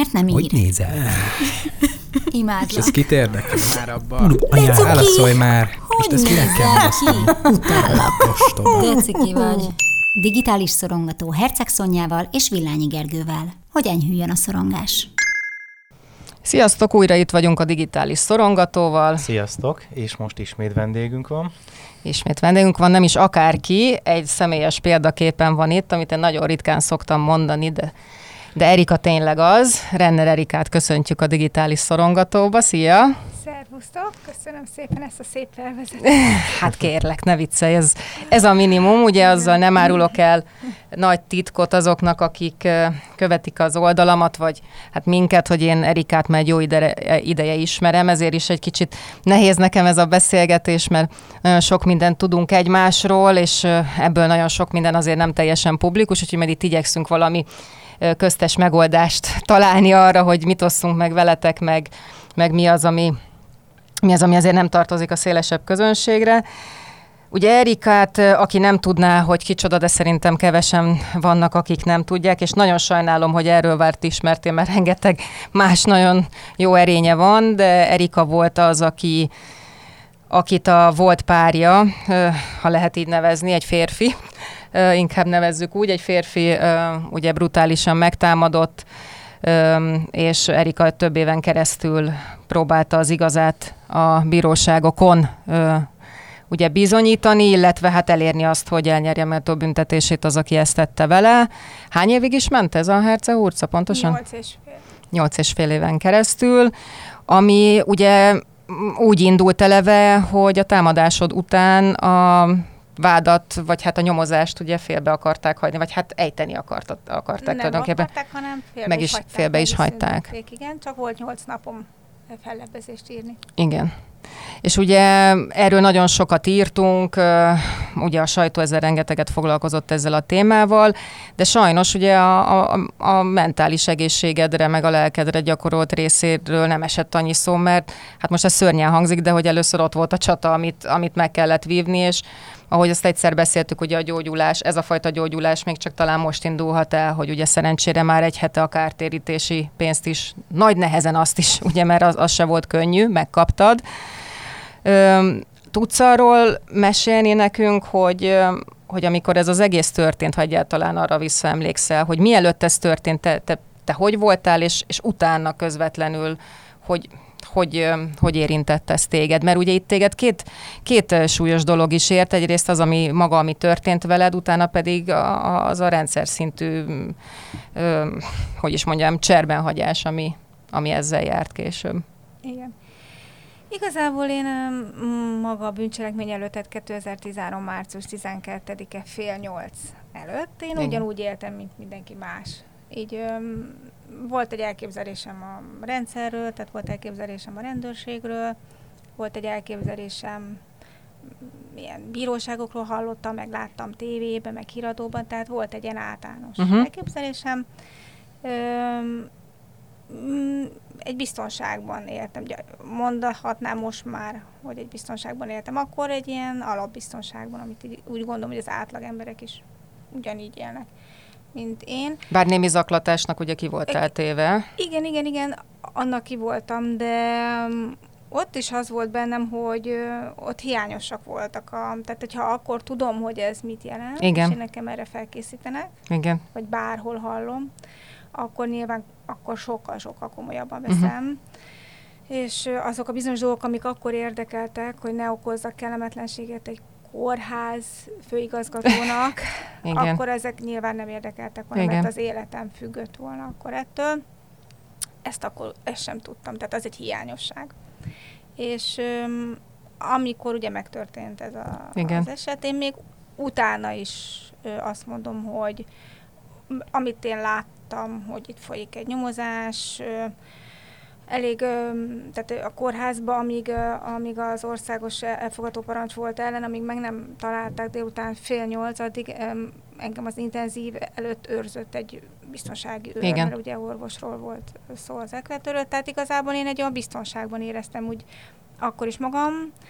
miért nem ír? Hogy nézel? Imádlak. És ez kit érdekel már abban? Anyám, válaszolj már! Hogy most ezt kinek kell válaszolni? De ciki vagy. Digitális szorongató Herceg Szonyával és Villányi Gergővel. Hogy enyhüljön a szorongás? Sziasztok, újra itt vagyunk a digitális szorongatóval. Sziasztok, és most ismét vendégünk van. Ismét vendégünk van, nem is akárki, egy személyes példaképen van itt, amit én nagyon ritkán szoktam mondani, de Erika tényleg az. Renner Erikát köszöntjük a digitális szorongatóba. Szia! Szervusztok, köszönöm szépen ezt a szép felvezetést. Hát kérlek, ne viccelj, ez a minimum, ugye azzal nem árulok el nagy titkot azoknak, akik követik az oldalamat, vagy hát minket, hogy én Erikát már egy jó ideje ismerem, ezért is egy kicsit nehéz nekem ez a beszélgetés, mert nagyon sok mindent tudunk egymásról, és ebből nagyon sok minden azért nem teljesen publikus, úgyhogy majd itt igyekszünk valami köztes megoldást találni arra, hogy mit osszunk meg veletek, meg mi az, ami azért nem tartozik a szélesebb közönségre. Ugye Erikát, aki nem tudná, hogy kicsoda, de szerintem kevesen vannak, akik nem tudják, és nagyon sajnálom, hogy erről várt ismertél, mert rengeteg más nagyon jó erénye van, de Erika volt az, akit a volt párja, ha lehet így nevezni, egy férfi, inkább nevezzük úgy, egy férfi ugye brutálisan megtámadott, és Erika több éven keresztül próbálta az igazát a bíróságokon ugye bizonyítani, illetve hát elérni azt, hogy elnyerje méltó büntetését az, aki ezt tette vele. Hány évig is ment ez a Herceghurca pontosan? 8,5 éven keresztül, ami ugye úgy indult eleve, hogy a támadásod után a vádat, vagy hát a nyomozást ugye félbe akarták hagyni, vagy hát ejteni akarták tulajdonképpen. Nem akarták, hanem félbe is hagyták. Igen, csak volt 8 napom fellebbezést írni. Igen. És ugye erről nagyon sokat írtunk, ugye a sajtó ezzel rengeteget foglalkozott ezzel a témával, de sajnos ugye a mentális egészségedre, meg a lelkedre gyakorolt részéről nem esett annyi szó, mert hát most ez szörnyen hangzik, de hogy először ott volt a csata, amit meg kellett vívni, és ahogy azt egyszer beszéltük, ugye a gyógyulás, ez a fajta gyógyulás még csak talán most indulhat el, hogy ugye szerencsére már egy hete a kártérítési pénzt is, nagy nehezen azt is, ugye, mert az se volt könnyű, megkaptad. Tudsz arról mesélni nekünk, hogy amikor ez az egész történt, ha egyáltalán arra visszaemlékszel, hogy mielőtt ez történt, te hogy voltál, és utána közvetlenül, hogy érintett ez téged? Mert ugye itt téged két súlyos dolog is ért, egyrészt az, ami történt veled, utána pedig az a rendszer szintű, hogy is mondjam, cserbenhagyás, ami ezzel járt később. Igen. Igazából én maga a bűncselekmény előtt, tehát 2013. március 12-e fél 8 előtt, én ugyanúgy éltem, mint mindenki más. Így volt egy elképzelésem a rendszerről, tehát volt elképzelésem a rendőrségről, volt egy elképzelésem, ilyen bíróságokról hallottam, meg láttam tévében, meg híradóban, tehát volt egy ilyen általános elképzelésem. Egy biztonságban éltem, mondhatnám most már, hogy egy biztonságban éltem, akkor egy ilyen alapbiztonságban, amit úgy gondolom, hogy az átlag emberek is ugyanígy élnek, mint én. Bár némi zaklatásnak ugye ki voltál téve. Igen, annak ki voltam, de ott is az volt bennem, hogy ott hiányosak voltak. Tehát, hogyha akkor tudom, hogy ez mit jelent, igen, és én nekem erre felkészítenek, igen, vagy bárhol hallom, akkor nyilván sokkal komolyabban veszem. És azok a bizonyos dolgok, amik akkor érdekeltek, hogy ne okozzak kellemetlenséget egy kórház főigazgatónak, akkor ezek nyilván nem érdekeltek volna, mert az életem függött volna akkor ettől. Ezt sem tudtam, tehát az egy hiányosság. És amikor ugye megtörtént ez az eset, én még utána is azt mondom, hogy amit én láttam, hogy itt folyik egy nyomozás, elég, tehát a kórházban, amíg az országos elfogató parancs volt ellen, amíg meg nem találták délután 7:30, addig engem az intenzív előtt őrzött egy biztonsági őr, mert ugye orvosról volt szó az ekvetőről, tehát igazából én egy olyan biztonságban éreztem úgy akkor is magam,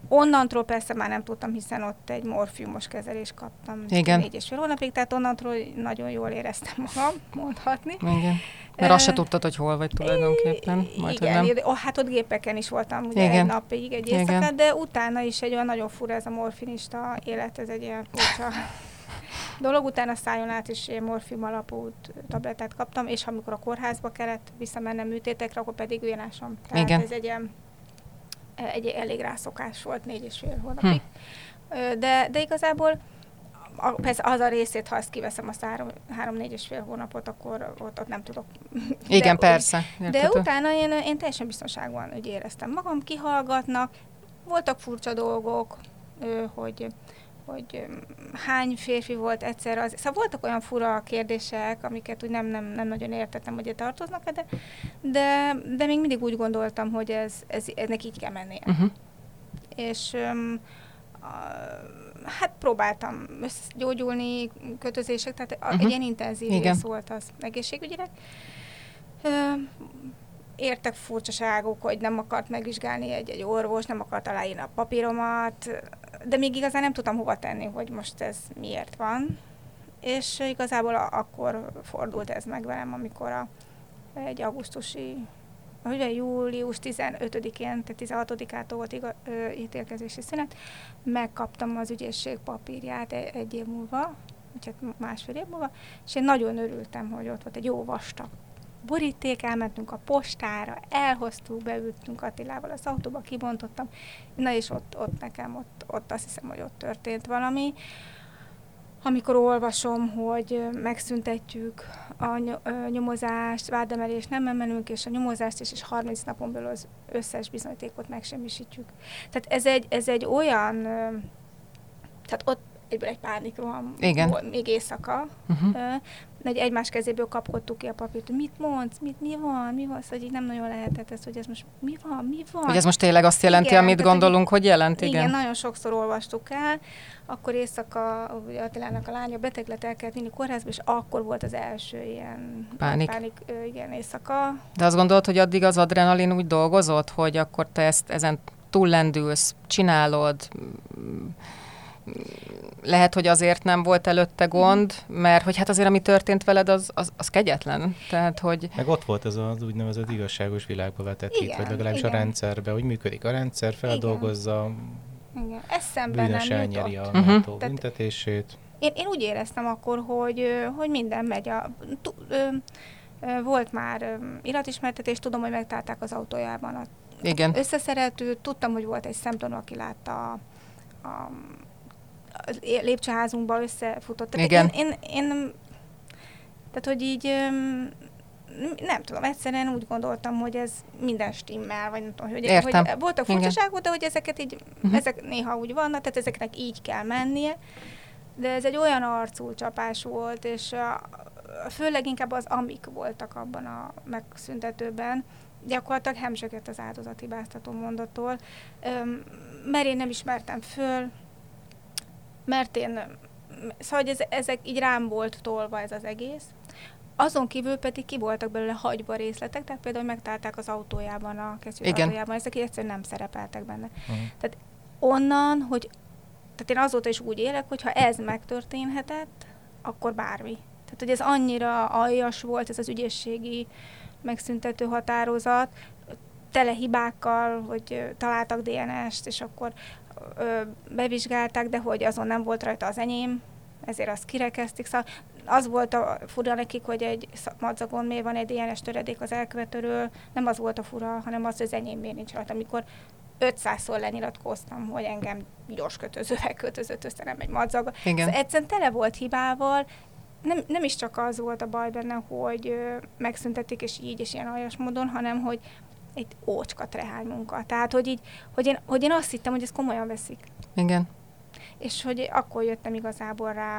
Onnantól persze már nem tudtam, hiszen ott egy morfiumos kezelést kaptam 4,5 hónapig, tehát onnantól nagyon jól éreztem magam, mondhatni. Igen. Mert azt se tudtad, hogy hol vagy tulajdonképpen. Majd, igen, hát ott gépeken is voltam ugye egy napig, egy éjszakát, de utána is egy olyan nagyon fura ez a morfinista élet, ez egy ilyen furcsa dolog. Utána szájon át is ilyen morfium alapú tablettát kaptam, és amikor a kórházba kellett visszamennem műtétekre, akkor pedig ujjanásom. Tehát ez egy elég rászokás volt 4,5 hónapig. De igazából persze az a részét, ha ezt kiveszem, azt 3-4,5 hónapot, akkor ott nem tudok. Igen, persze. De utána én teljesen biztonságban úgy éreztem magam, kihallgatnak, voltak furcsa dolgok, hogy hány férfi volt egyszerre. Szóval voltak olyan fura kérdések, amiket úgy nem nagyon értettem, hogy tartoznak, de még mindig úgy gondoltam, hogy ennek így kell mennie. És hát próbáltam gyógyulni, kötözések, tehát egy ilyen intenzív rész volt az egészségügyileg. Értek furcsaságok, hogy nem akart megvizsgálni egy orvos, nem akart aláírni a papíromat, de még igazán nem tudtam hova tenni, hogy most ez miért van. És igazából akkor fordult ez meg velem, amikor egy augusztusi, július 15-én, tehát 16-ától volt ítélkezési szünet, megkaptam az ügyészség papírját egy év múlva, úgyhogy másfél év múlva, és én nagyon örültem, hogy ott volt egy jó vastag boríték, elmentünk a postára, elhoztuk, beültünk Attilával az autóba, kibontottam, na és ott nekem, ott azt hiszem, hogy ott történt valami. Amikor olvasom, hogy megszüntetjük a nyomozást, vádemelést nem emelünk, és a nyomozást is, és 30 napon belül az összes bizonyítékot megsemmisítjük. Tehát ez egy olyan, tehát ott egyből egy pánikroham volt, még éjszaka. Egy egymás kezéből kapkodtuk ki a papírt, hogy mit mondsz, mi van, szóval így nem nagyon lehetett ez, hogy ez most mi van. Hogy ez most tényleg azt jelenti, igen, amit gondolunk, hogy jelent, igen. Igen, nagyon sokszor olvastuk el, akkor éjszaka Attilának a lánya beteg lett, el kellett vinni kórházba, és akkor volt az első ilyen pánik igen, éjszaka. De azt gondolod, hogy addig az adrenalin úgy dolgozott, hogy akkor te ezen túllendülsz, csinálod, lehet, hogy azért nem volt előtte gond, mert hogy hát azért, ami történt veled, az kegyetlen. Tehát, hogy... Meg ott volt ez az úgynevezett igazságos világba vetett hit, vagy legalábbis a rendszerbe, hogy működik a rendszer, feldolgozza, bűnös elnyeri a méltó büntetését. Én úgy éreztem akkor, hogy minden megy. Volt már iratismertetés, tudom, hogy megtalálták az autójában igen. Összeszereltőt, tudtam, hogy volt egy szemtanú, aki látta a lépcsőházunkba összefutott. Igen. Én tehát, hogy így nem tudom, egyszerűen úgy gondoltam, hogy ez minden stimmel, vagy nem tudom, hogy voltak furcsaságok, de hogy ezeket így, ezek néha úgy vannak, tehát ezeknek így kell mennie, de ez egy olyan arculcsapás volt, és főleg inkább az amik voltak abban a megszüntetőben, gyakorlatilag hemzsegett az áldozathibáztató mondattól, mert én nem ismertem föl, mert szóval ezek így rám volt tolva ez az egész. Azon kívül pedig ki voltak belőle hagyva részletek, tehát például megtalálták az autójában, a autójában, ezek egyszerűen nem szerepeltek benne. Tehát onnan, tehát én azóta is úgy élek, hogy ha ez megtörténhetett, akkor bármi. Tehát, hogy ez annyira aljas volt, ez az ügyészségi megszüntető határozat, tele hibákkal, hogy találtak DNS-t, és akkor bevizsgálták, de hogy azon nem volt rajta az enyém, ezért azt kirekezték. Szóval az volt a fura nekik, hogy egy madzagon miért van egy DNS töredék az elkövetőről, nem az volt a fura, hanem az, hogy az enyém miért nincs rajta. Amikor 500-szor lenyilatkoztam, hogy engem gyors kötözővel kötözött össze, nem egy madzag. Szóval egyszerűen tele volt hibával, nem is csak az volt a baj benne, hogy megszüntették és így és ilyen aljas módon, hanem hogy egy ócska trehány munka. Tehát, hogy én azt hittem, hogy ezt komolyan veszik. Igen. És hogy akkor jöttem igazából rá,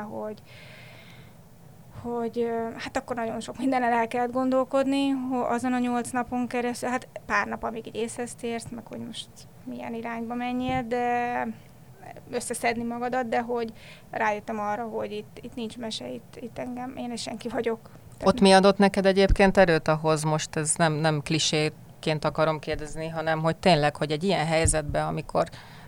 hogy hát akkor nagyon sok mindennel el kellett gondolkodni, azon a 8 napon keresztül, hát pár nap, amíg így észhez térsz, meg hogy most milyen irányba menjél, de összeszedni magadat, de hogy rájöttem arra, hogy itt nincs mese, itt engem, én és senki vagyok. Ott mi adott neked egyébként erőt ahhoz, most ez nem kliséként akarom kérdezni, hanem hogy tényleg, hogy egy ilyen helyzetben, amikor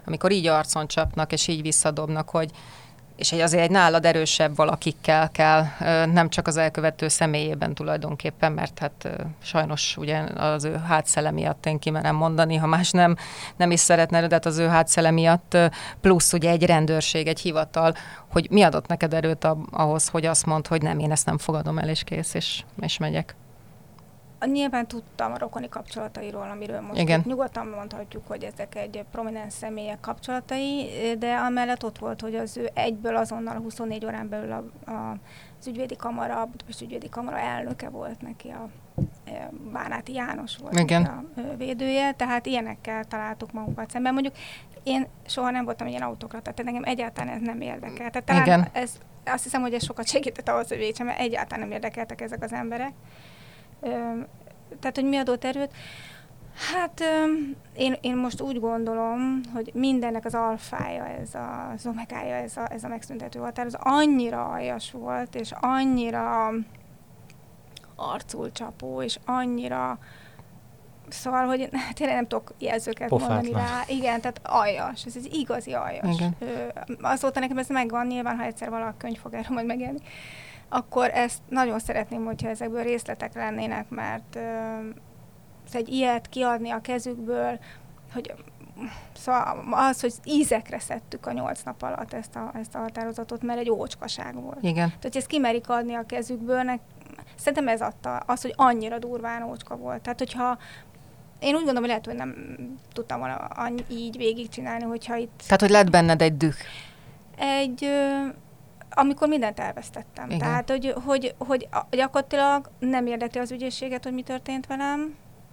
amikor így arcon csapnak, és így visszadobnak, hogy és azért egy nálad erősebb valakikkel kell, nem csak az elkövető személyében tulajdonképpen, mert hát sajnos ugye az ő hátszele miatt én kimerem mondani, ha más nem is szeretne, de hát az ő hátszele miatt plusz ugye egy rendőrség, egy hivatal, hogy mi adott neked erőt ahhoz, hogy azt mondd, hogy nem, én ezt nem fogadom el, és kész, és megyek. Nyilván tudtam a rokoni kapcsolatairól, amiről most nyugodtan mondhatjuk, hogy ezek egy prominens személyek kapcsolatai, de amellett ott volt, hogy az ő egyből azonnal 24 órán belül az ügyvédi kamara, a Budapesti ügyvédi kamara elnöke volt neki, a Bánáti János volt neki a védője, tehát ilyenekkel találtuk magunkat szemben. Mondjuk én soha nem voltam ilyen autokrata, tehát engem egyáltalán ez nem érdekel. Tehát talán azt hiszem, hogy ez sokat segített ahhoz, hogy végsem, mert egyáltalán nem érdekeltek ezek az emberek. Tehát, hogy mi adott erőt? Hát én most úgy gondolom, hogy mindennek az alfája, az omegája, ez a megszüntető határ, az annyira aljas volt, és annyira arcul csapó, és annyira... Szóval, hogy tényleg nem tudok jelzőket mondani rá. Igen, tehát aljas, ez egy igazi aljas. Azóta nekem ez megvan, nyilván, ha egyszer valaki könyv fog erről majd megjelenni, akkor ezt nagyon szeretném, hogyha ezekből részletek lennének, mert egy ilyet kiadni a kezükből, hogy szóval az, hogy ízekre szedtük a 8 nap alatt ezt a határozatot, mert egy ócskaság volt. Igen. Tehát, hogy ezt kimerik adni a kezükből, szerintem ez adta az, hogy annyira durván ócska volt. Tehát, hogyha én úgy gondolom, hogy lehet, hogy nem tudtam volna így végigcsinálni, hogyha itt... Tehát, hogy lett benned egy düh? Amikor mindent elvesztettem. Igen. Tehát, hogy gyakorlatilag nem érdekli az ügyészséget, hogy mi történt velem.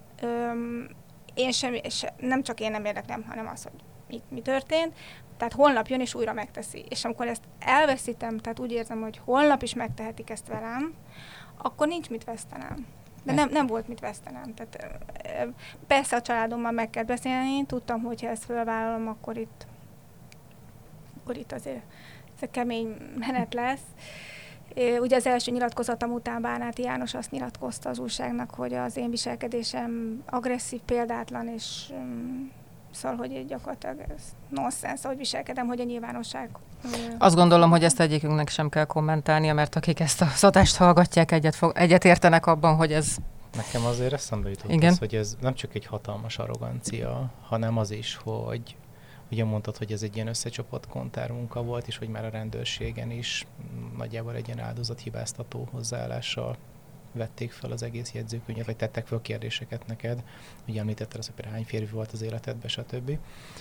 Nem csak én nem érdeklem, hanem az, hogy mi történt. Tehát holnap jön és újra megteszi. És amikor ezt elveszítem, tehát úgy érzem, hogy holnap is megtehetik ezt velem, akkor nincs mit vesztenem. De nem volt mit vesztenem. Tehát, persze a családommal meg kell beszélni, tudtam, hogy ha ezt fölvállalom, akkor itt azért ez kemény menet lesz. Ugye az első nyilatkozatom után Bánáti János azt nyilatkozta az újságnak, hogy az én viselkedésem agresszív, példátlan, és szóval, hogy gyakorlatilag ez nonsens, ahogy viselkedem, hogy a nyilvánosság... Azt gondolom, hogy ezt egyikünknek sem kell kommentálnia, mert akik ezt a adást hallgatják, egyet értenek abban, hogy ez... Nekem azért eszembe jutott az, hogy ez nem csak egy hatalmas arrogancia, hanem az is, hogy ugye mondtad, hogy ez egy ilyen összecsapott kontármunka volt, és hogy már a rendőrségen is nagyjából egy ilyen áldozathibáztató hozzáállással vették fel az egész jegyzőkönyvet, vagy tettek fel kérdéseket neked. Ugye említetted azt, hogy hány férfi volt az életedben, stb.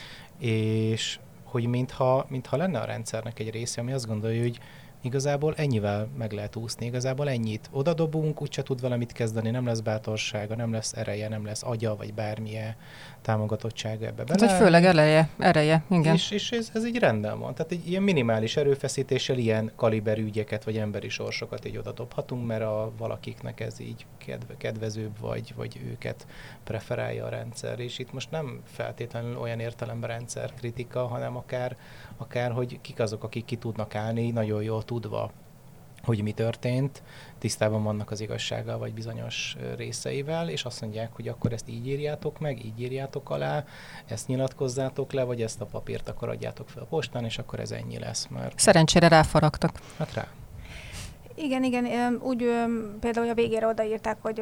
És hogy mintha lenne a rendszernek egy része, ami azt gondolja, hogy igazából ennyivel meg lehet úszni, igazából ennyit odadobunk, úgyse tud valamit kezdeni, nem lesz bátorsága, nem lesz ereje, nem lesz agya, vagy bármilyen támogatottsága ebbe bele. Hát, főleg ereje, igen. És ez így rendben van. Tehát egy ilyen minimális erőfeszítéssel ilyen kaliberű ügyeket, vagy emberi sorsokat így odadobhatunk, mert valakiknek ez így kedvezőbb, vagy őket preferálja a rendszer. És itt most nem feltétlenül olyan értelemben rendszerkritika, hanem akár hogy kik azok, akik ki tudnak állni, nagyon jól tudva, hogy mi történt, tisztában vannak az igazsággal, vagy bizonyos részeivel, és azt mondják, hogy akkor ezt így írjátok meg, így írjátok alá, ezt nyilatkozzátok le, vagy ezt a papírt akkor adjátok fel a postán, és akkor ez ennyi lesz már. Szerencsére ráfaragtak. Hát rá. Igen, úgy például a végére odaírták, hogy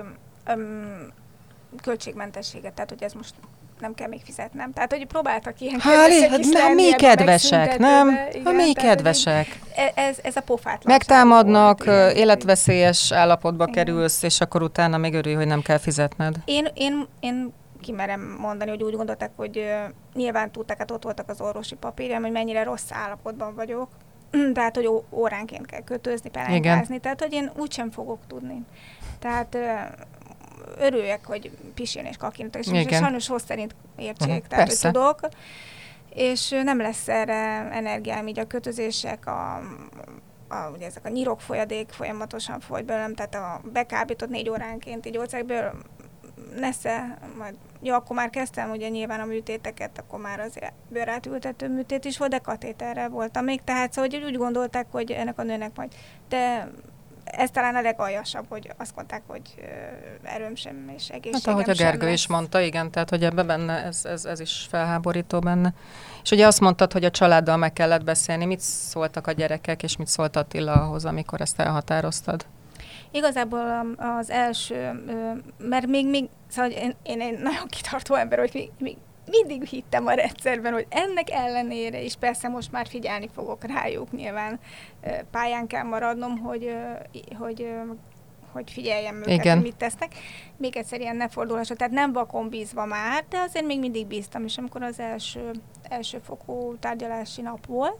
költségmentességet, tehát hogy ez most nem kell még fizetnem. Tehát, hogy próbáltak ilyen kedvesek is lenni. Mi kedvesek, nem? Igen, mi kedvesek. Ez a pofátlanság. Megtámadnak, volt, életveszélyes állapotba kerülsz, és akkor utána még örülj, hogy nem kell fizetned. Én kimerem mondani, hogy úgy gondolták, hogy nyilván tudták, hát ott voltak az orvosi papírjaim, hogy mennyire rossz állapotban vagyok. Tehát, hogy óránként kell kötözni, pelenkázni. Tehát, hogy én úgysem fogok tudni. Tehát örüljek, hogy pisilni és kakintok, és sajnos hossz szerint értsék, tehát hogy tudok. És nem lesz erre energiám, így a kötözések, ugye ezek a nyirokfolyadék folyamatosan folyt belőlem, tehát a bekábított 4 óránként így gyógyszerekből nesze, majd jó, akkor már kezdtem ugye nyilván a műtéteket, akkor már az bőrátültető műtét is volt, de katéterrel voltam még, tehát szóval hogy úgy gondolták, hogy ennek a nőnek majd, de ez talán a legaljasabb, hogy azt mondták, hogy erőm sem és egészségem sem. Hát ahogy a Gergő is mondta, igen, tehát hogy ebbe benne, ez is felháborító benne. És ugye azt mondtad, hogy a családdal meg kellett beszélni. Mit szóltak a gyerekek, és mit szólt Attila ahhoz, amikor ezt elhatároztad? Igazából az első, mert még szóval én egy nagyon kitartó ember, hogy még mindig hittem a rendszerben, hogy ennek ellenére is persze most már figyelni fogok rájuk, nyilván pályán kell maradnom, hogy figyeljem őket, igen. hogy mit tesznek. Még egyszer ilyen ne fordulhasson, tehát nem vakon bízva már, de azért még mindig bíztam, és amikor az elsőfokú tárgyalási nap volt,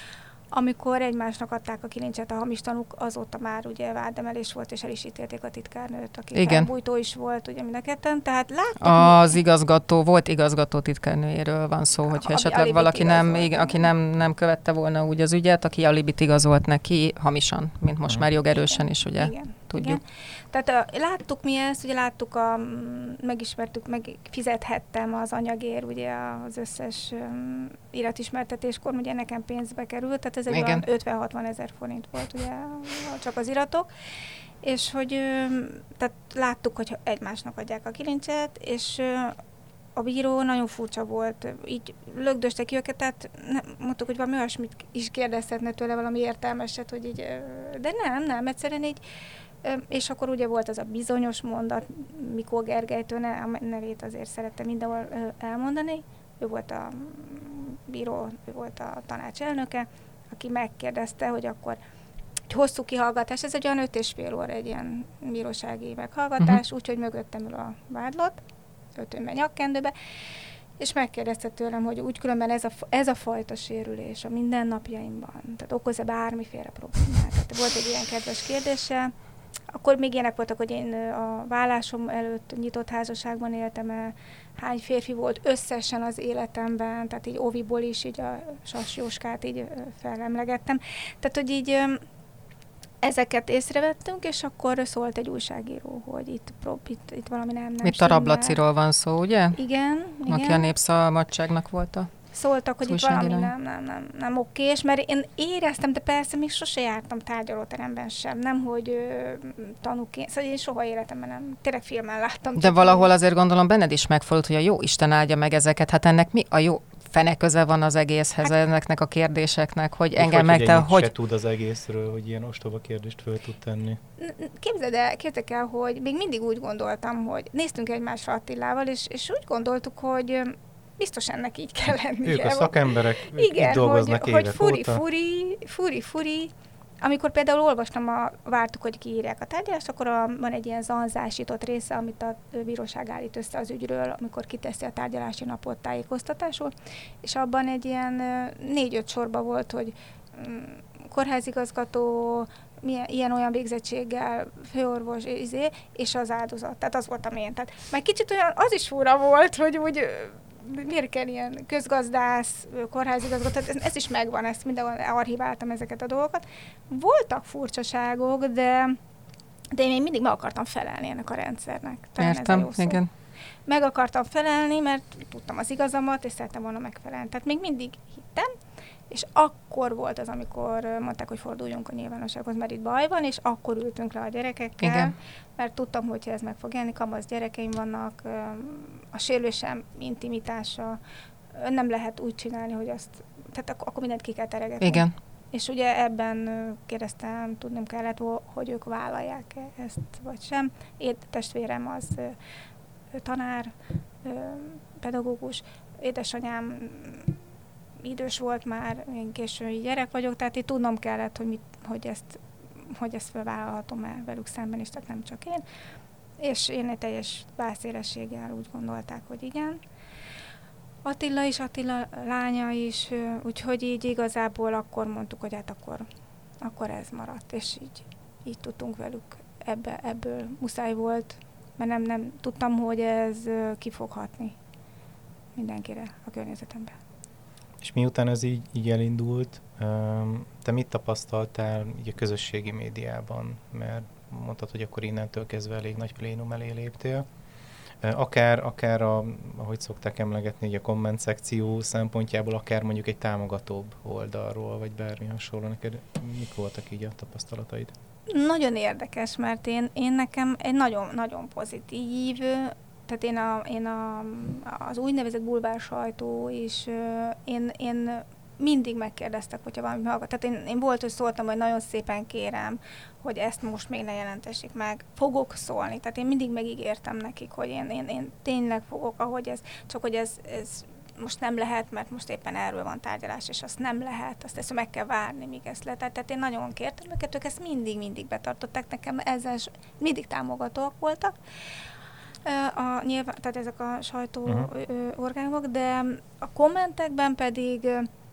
amikor egymásnak adták a kilincset a hamis tanúk, azóta már ugye vádemelés volt, és el is ítélték a titkárnőt, aki felbújtó is volt, ugye mind a ketten, tehát láttuk... Volt igazgató titkárnőjéről van szó, hogyha esetleg valaki aki nem követte volna úgy az ügyet, aki alibit igazolt neki hamisan, mint most már jogerősen is, ugye tudjuk. Igen. Tehát láttuk mi ezt, ugye megismertük, fizethettem az anyagért, ugye az összes iratismertetéskor, ugye nekem pénzbe került, tehát ez egy olyan 50-60 ezer forint volt ugye csak az iratok, és hogy tehát láttuk, hogy egymásnak adják a kilincset, és a bíró nagyon furcsa volt, így lögdöste ki őket, tehát mondtuk, hogy valami olyasmit is kérdezhetne tőle, valami értelmeset, hogy így, de nem, egyszerűen így. És akkor ugye volt az a bizonyos mondat, Mikó Gergelytől, a nevét azért szerettem mindenhol elmondani. Ő volt a bíró, ő volt a tanács elnöke, aki megkérdezte, hogy akkor egy hosszú kihallgatás, ez egy olyan 5,5 óra egy ilyen bírósági meghallgatás, úgyhogy mögöttem ül a vádlott, öltönyben, nyakkendőbe, és megkérdezte tőlem, hogy úgy különben ez a fajta sérülés a mindennapjaimban, tehát okoz-e bármiféle problémát. Tehát volt egy ilyen kedves kérdése. Akkor még ilyenek voltak, hogy én a vállásom előtt nyitott házasságban éltem, hány férfi volt összesen az életemben, tehát így óviból is így a Sas Jóskát így felemlegettem. Tehát, hogy így ezeket észrevettünk, és akkor szólt egy újságíró, hogy itt valami nem Itt a Rablaciról van szó, ugye? Igen. Aki a Népszabadságnak volt Szóltak, hogy itt valami nem okés, mert én éreztem, de persze még sose jártam tárgyalóteremben sem, nemhogy tanúként, szóval én soha életemben nem, tényleg filmen láttam. De valahol azért gondolom benned is megfordult, hogy a jó Isten áldja meg ezeket, hát ennek mi a jó fene köze van az egészhez, ennek a kérdéseknek, hogy engem meg te, hogy... se tud az egészről, hogy ilyen ostoba kérdést föl tud tenni. Képzeld el, hogy még mindig úgy gondoltam, hogy néztünk egymásra Attilával, és úgy gondoltuk, hogy biztos ennek így kell lennie. Ők a szakemberek, igen, itt dolgoznak évek óta. Furi. Amikor például vártuk, hogy kiírják a tárgyalást, akkor van egy ilyen zanzásított része, amit a bíróság állít össze az ügyről, amikor kiteszi a tárgyalási napot tájékoztatásul, és abban egy ilyen 4-5 sorba volt, hogy kórházigazgató, ilyen-olyan végzettséggel, főorvos, és az áldozat. Tehát az voltam én. Tehát már kicsit olyan, az is fura volt, hogy úgy miért kell ilyen közgazdász, kórházigazgató, ez is megvan, ezt mindenhol archiváltam ezeket a dolgokat. Voltak furcsaságok, de én még mindig meg akartam felelni ennek a rendszernek. Értem, igen. Meg akartam felelni, mert tudtam az igazamat, és szerettem volna megfelelni. Tehát még mindig hittem, és akkor volt az, amikor mondták, hogy forduljunk a nyilvánossághoz, mert itt baj van, és akkor ültünk le a gyerekekkel, igen. Mert tudtam, hogy ez meg fog élni, kamasz gyerekeim vannak, a sérülésem intimitása, nem lehet úgy csinálni, hogy azt, tehát akkor mindent ki kell teregetni. Igen. És ugye ebben kérdeztem, tudnom kellett, hogy ők vállalják-e ezt, vagy sem. Én testvérem az tanár, pedagógus, édesanyám idős volt már, én késői gyerek vagyok, tehát itt tudnom kellett, hogy ezt felvállalhatom-e velük szemben is, tehát nem csak én. És én egy teljes vászélességgel úgy gondolták, hogy igen. Attila lánya is, úgyhogy így igazából akkor mondtuk, hogy hát akkor ez maradt, és így tudtunk velük. Ebből muszáj volt, mert nem tudtam, hogy ez ki fog hatni mindenkire a környezetemben. És miután ez így elindult, te mit tapasztaltál így a közösségi médiában? Mert mondtad, hogy akkor innentől kezdve elég nagy plénum elé léptél. Akár ahogy szokták emlegetni, így a komment szekció szempontjából, akár mondjuk egy támogatóbb oldalról, vagy bármi hasonló. Neked mik voltak így a tapasztalataid? Nagyon érdekes, mert én nekem egy nagyon-nagyon pozitív, tehát az úgynevezett bulvár sajtó is, én mindig megkérdeztek, hogyha valami hallgat. Tehát én volt, hogy szóltam, hogy nagyon szépen kérem, hogy ezt most még ne jelentessék meg. Fogok szólni. Tehát én mindig megígértem nekik, hogy én tényleg fogok, ahogy ez, csak hogy ez most nem lehet, mert most éppen erről van tárgyalás, és azt nem lehet, azt meg kell várni, míg ezt lehet. Tehát én nagyon kértem őket, ők ezt mindig betartották, nekem ezzel mindig támogatóak voltak. Nyilván, tehát ezek a sajtó orgánumok, de a kommentekben pedig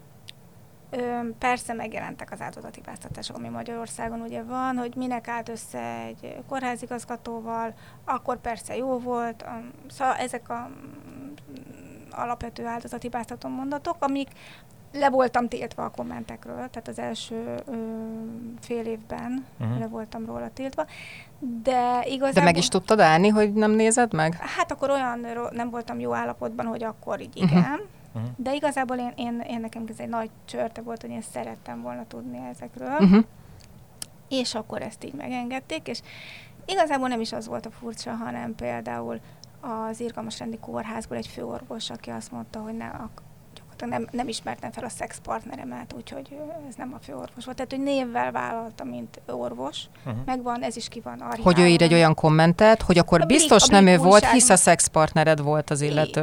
persze megjelentek az áldozatibáztatások, ami Magyarországon ugye van, hogy minek állt össze egy kórházigazgatóval, akkor persze jó volt. Szóval ezek a alapvető áldozatibáztató mondatok, amik le voltam tiltva a kommentekről, tehát az első fél évben le voltam róla tiltva, de igazából... De meg is tudtad állni, hogy nem nézed meg? Hát akkor olyan nem voltam jó állapotban, hogy akkor így igen, de igazából én nekem ez egy nagy csörte volt, hogy én szerettem volna tudni ezekről, és akkor ezt így megengedték, és igazából nem is az volt a furcsa, hanem például az Irgalmasrendi Kórházból egy főorvos, aki azt mondta, hogy nem ismertem fel a szexpartneremet, úgyhogy ez nem a főorvos volt. Tehát, hogy névvel vállalta, mint orvos. Megvan, ez is ki van archívában. Hogy ő ír egy olyan kommentet, hogy akkor biztos nem ő volt, hisz a szexpartnered volt az illető.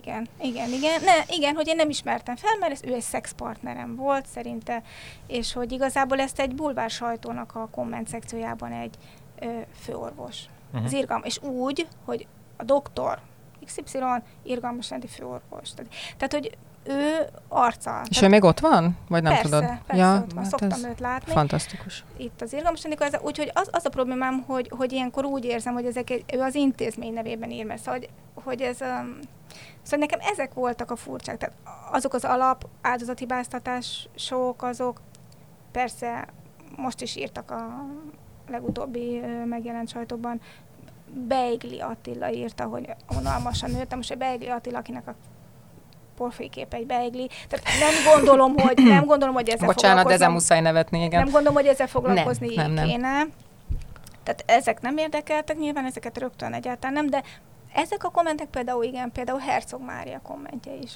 Igen, hogy én nem ismertem fel, mert ő egy szexpartnerem volt szerinte, és hogy igazából ezt egy bulvár sajtónak a komment szekciójában egy főorvos. Az és úgy, hogy a doktor XY irgalmasrendi főorvos. Tehát, hogy ő arca. És ő még ott van? Vagy nem persze, tudod? Persze, ott van. Szoktam őt látni. Fantasztikus. Itt az irgalmasrendi, úgyhogy az a problémám, hogy ilyenkor úgy érzem, hogy ő az intézmény nevében ír, mert hogy ez... Szóval nekem ezek voltak a furcsák. Tehát azok az alap áldozatibáztatások, azok persze most is írtak a legutóbbi megjelent sajtóban, Beigli Attila írta, hogy unalmasan nőttem, most egy Beigli Attila, akinek a profilképe egy Beigli. Tehát nem gondolom, hogy ezzel Bocsánat, de ezen muszáj nevetni, igen. Nem gondolom, hogy ezzel foglalkozni nem. kéne. Tehát ezek nem érdekeltek, nyilván ezeket rögtön egyáltalán nem, de ezek a kommentek például Herzog Mária kommentje is,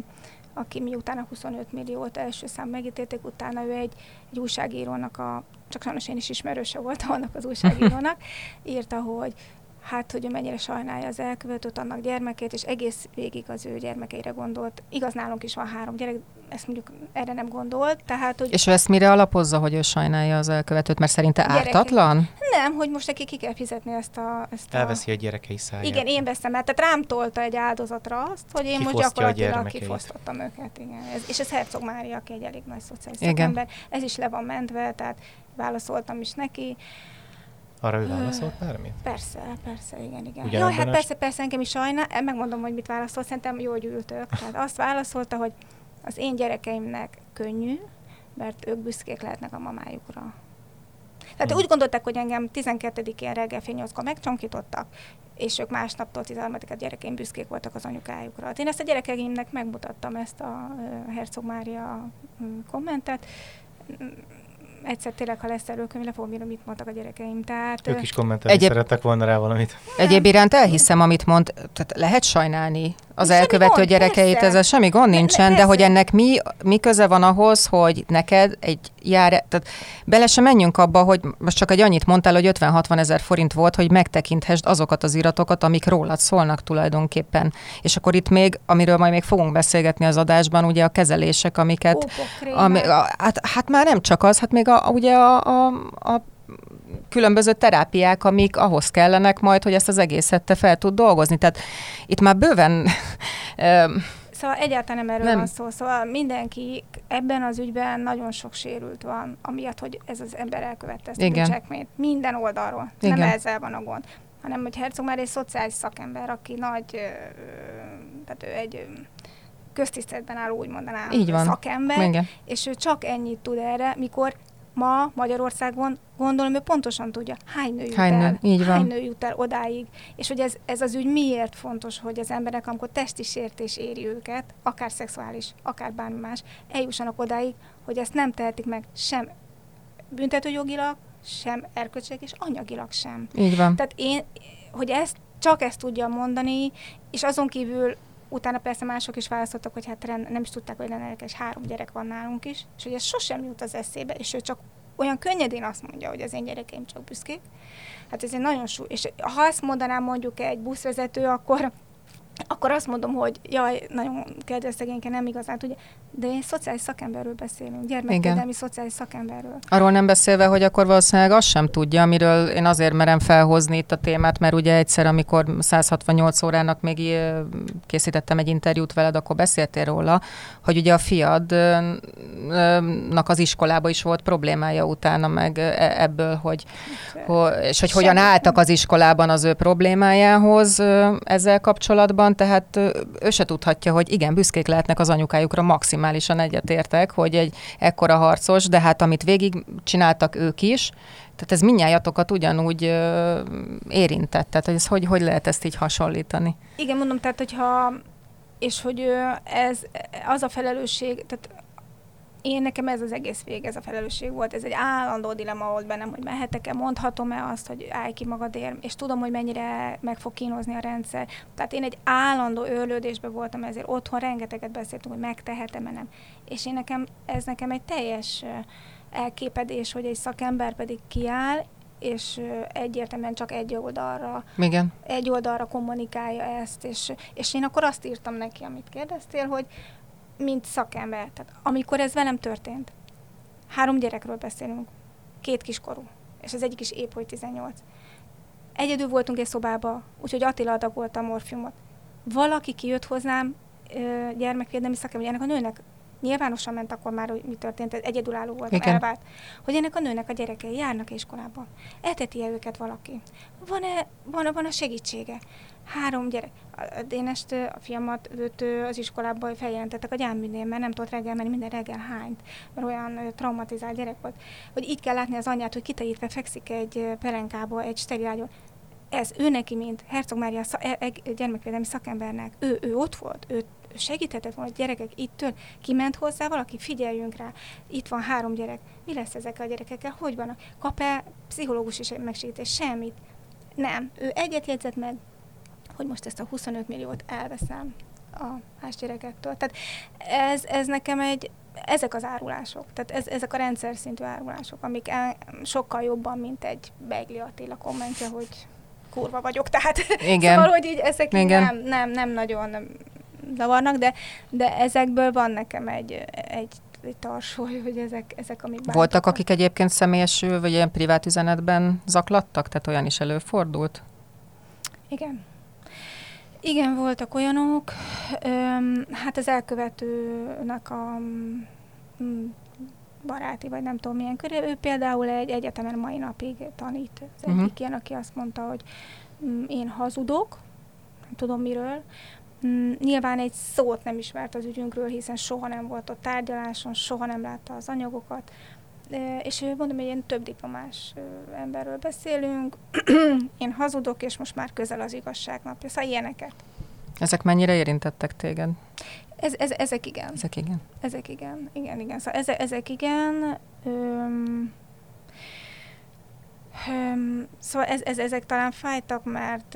aki miután a 25 milliót első szám megítélték, utána ő egy újságírónak csak sajnos én is ismerőse voltam annak az újságírónak, írta, hogy ő mennyire sajnálja az elkövetőt, annak gyermekét, és egész végig az ő gyermekeire gondolt. Igaz, nálunk is van 3 gyerek, ezt mondjuk erre nem gondolt. Tehát, hogy és ő ezt mire alapozza, hogy ő sajnálja az elkövetőt, mert szerinte ártatlan? Nem, hogy most neki ki kell fizetni ezt a... Elveszi a gyerekei száját. Igen, én veszem el. Tehát rám tolta egy áldozatra azt, hogy én most gyakorlatilag kifosztottam őket. Igen. És ez Herzog Mária, aki egy elég nagy szociális szakember. Ez is le van mentve, tehát válaszoltam is neki. Arra ő válaszolt bármit? Persze, igen. Jaj, hát persze, engem is sajnál. Megmondom, hogy mit válaszolt, szerintem jól gyűltök. Tehát azt válaszolta, hogy az én gyerekeimnek könnyű, mert ők büszkék lehetnek a mamájukra. Tehát úgy gondolták, hogy engem 12-én reggel fél 8-kor megcsonkítottak, és ők másnaptól 13-a gyerekeim büszkék voltak az anyukájukra. Én ezt a gyerekeimnek megmutattam, ezt a Herzog Mária kommentet. Egyszer tényleg, ha lesz előkönyv, le fogom írni, mit mondtak a gyerekeim. Tehát, ők is kommentelni szerettek volna rá valamit. Egyéb iránt elhiszem, amit mond, tehát lehet sajnálni az elkövető gond, gyerekeit, persze. Ezzel semmi gond nincsen, de hogy ennek mi köze van ahhoz, hogy neked tehát bele sem menjünk abba, hogy most csak egy annyit mondtál, hogy 50-60 ezer forint volt, hogy megtekinthessd azokat az iratokat, amik rólad szólnak tulajdonképpen. És akkor itt még, amiről majd még fogunk beszélgetni az adásban, ugye a kezelések, amiket... Hát már nem csak az, hát még a különböző terápiák, amik ahhoz kellenek majd, hogy ezt az egészet te fel tud dolgozni. Tehát itt már bűven... Szóval egyáltalán nem erről van szó. Szóval mindenki ebben az ügyben nagyon sok sérült van, amiatt, hogy ez az ember elkövette ezt a bűncselekményt. Minden oldalról. Igen. Nem ezzel van a gond. Hanem, hogy Herzog már egy szociális szakember, aki tehát ő egy köztiszteletben álló, úgy mondanám, szakember, igen. És ő csak ennyit tud erre, mikor ma Magyarországon, gondolom, ő pontosan tudja, hány nő jut el odáig, és hogy ez az ügy miért fontos, hogy az emberek, amikor testi sértés éri őket, akár szexuális, akár bármi más, eljussanak odáig, hogy ezt nem tehetik meg sem büntetőjogilag, sem erkölcsileg, és anyagilag sem. Így van. Tehát én, hogy csak ezt tudjam mondani, és azon kívül utána persze mások is választottak, hogy hát nem is tudták, hogy lenne és 3 gyerek van nálunk is, és hogy ez sosem jut az eszébe, és ő csak olyan könnyedén azt mondja, hogy az én gyerekeim csak büszkék. Hát ez egy nagyon és ha azt mondanám mondjuk egy buszvezető, akkor azt mondom, hogy jaj, nagyon kedves szegényke, nem igazán tudja. De én szociális szakemberről beszélünk, gyermekvédelmi szociális szakemberről. Arról nem beszélve, hogy akkor valószínűleg azt sem tudja, amiről én azért merem felhozni itt a témát, mert ugye egyszer, amikor 168 órának még készítettem egy interjút veled, akkor beszéltél róla, hogy ugye a fiadnak az iskolába is volt problémája utána meg ebből, és hogy hogyan álltak az iskolában az ő problémájához ezzel kapcsolatban, tehát ő se tudhatja, hogy igen, büszkék lehetnek az anyukájukra, maximálisan egyetértek, hogy egy ekkora harcos, de hát amit végig csináltak ők is, tehát ez mindnyájatokat ugyanúgy érintett, tehát hogy lehet ezt így hasonlítani? Igen, mondom, tehát hogy ez az a felelősség, tehát nekem ez az egész ez a felelősség volt, ez egy állandó dilemma volt bennem, hogy mehetek-e, mondhatom-e azt, hogy állj ki magadért, és tudom, hogy mennyire meg fog kínozni a rendszer. Tehát én egy állandó őrlődésben voltam, ezért otthon rengeteget beszéltünk, hogy megtehetem-e nem. És ez nekem egy teljes elképedés, hogy egy szakember pedig kiáll, és egyértelműen csak egy oldalra kommunikálja ezt, és én akkor azt írtam neki, amit kérdeztél, hogy mint szakember. Tehát amikor ez velem történt, 3 gyerekről beszélünk, 2 kiskorú, és az egyik is épp, hogy 18. Egyedül voltunk egy szobába, úgyhogy Attila adagolta a morfiumot. Valaki kijött hozzám, gyermekvédelmi szakember, ennek a nőnek, nyilvánosan ment akkor már, hogy mi történt, egyedülálló voltam, elvált, hogy ennek a nőnek a gyerekei járnak iskolába. Eteti-e őket valaki? Van a segítsége? 3 gyerek. A Dénest, a fiamat, őt az iskolában feljelentettek a gyámügynél, mert nem tudott reggel menni, minden reggel hányt, mert olyan traumatizált gyerek volt, hogy így kell látni az anyját, hogy kiterítve fekszik egy pelenkába, egy sterilágyon. Ez ő neki, mint Herzog Mária gyermekvédelmi szakembernek, ő ott volt, ő segíthetett volna, hogy gyerekek itt kiment hozzá valaki, figyeljünk rá, itt van 3 gyerek, mi lesz ezekkel a gyerekekkel, hogy vannak, kap-e pszichológus is megsegítés, semmit. Nem, ő egyet jegyzett meg, hogy most ezt a 25 milliót elveszem a házgyerekektől. Tehát ez nekem ezek az árulások, tehát ezek a rendszer szintű árulások, amik sokkal jobban, mint egy Beigli Attila kommentje, hogy kurva vagyok, tehát igen. Szóval, hogy így ezek nem nagyon zavarnak, de ezekből van nekem egy tarsoly, hogy ezek amik bántak. Voltak, akik egyébként személyes vagy ilyen privát üzenetben zaklattak? Tehát olyan is előfordult? Igen, voltak olyanok. Hát az elkövetőnek a baráti, vagy nem tudom milyen köré. Ő például egy egyetemen mai napig tanít. Az egyik ilyen, aki azt mondta, hogy én hazudok, nem tudom miről. Nyilván egy szót nem ismert az ügyünkről, hiszen soha nem volt ott tárgyaláson, soha nem látta az anyagokat. És mondom, hogy ilyen több diplomás emberről beszélünk. Én hazudok, és most már közel az igazságnapja. Szóval ilyeneket. Ezek mennyire érintettek téged? Ezek igen. Ezek igen? Igen. Szóval ezek igen. Szóval ezek talán fájtak, mert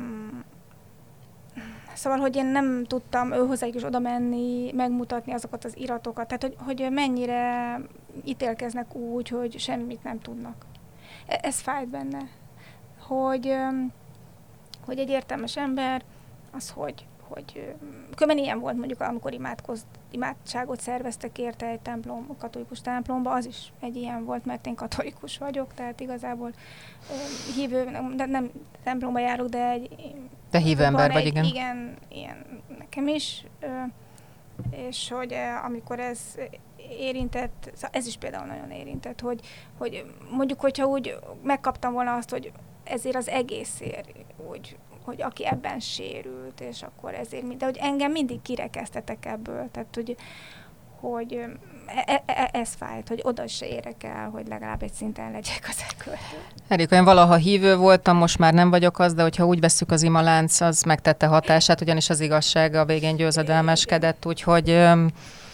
szóval, hogy én nem tudtam hozzájuk is oda menni, megmutatni azokat az iratokat, tehát hogy mennyire ítélkeznek úgy, hogy semmit nem tudnak. Ez fájt benne. Hogy egy értelmes ember, az hogy különben ilyen volt mondjuk, amikor imádságot szerveztek érte egy katolikus templomba, az is egy ilyen volt, mert én katolikus vagyok, tehát igazából hívő, nem templomba járok, de te hívő ember vagy, igen. Igen, ilyen nekem is, és hogy amikor ez érintett, ez is például nagyon érintett, hogy mondjuk, hogyha úgy megkaptam volna azt, hogy ezért az egészért, hogy aki ebben sérült, és akkor ezért, de hogy engem mindig kirekesztetek ebből, tehát hogy ez fájt, hogy oda se érek el, hogy legalább egy szinten legyek az elkövető. Erika, én valaha hívő voltam, most már nem vagyok az, de hogyha úgy vesszük, az imalánc, az megtette hatását, ugyanis az igazság a végén győzedelmeskedett, úgyhogy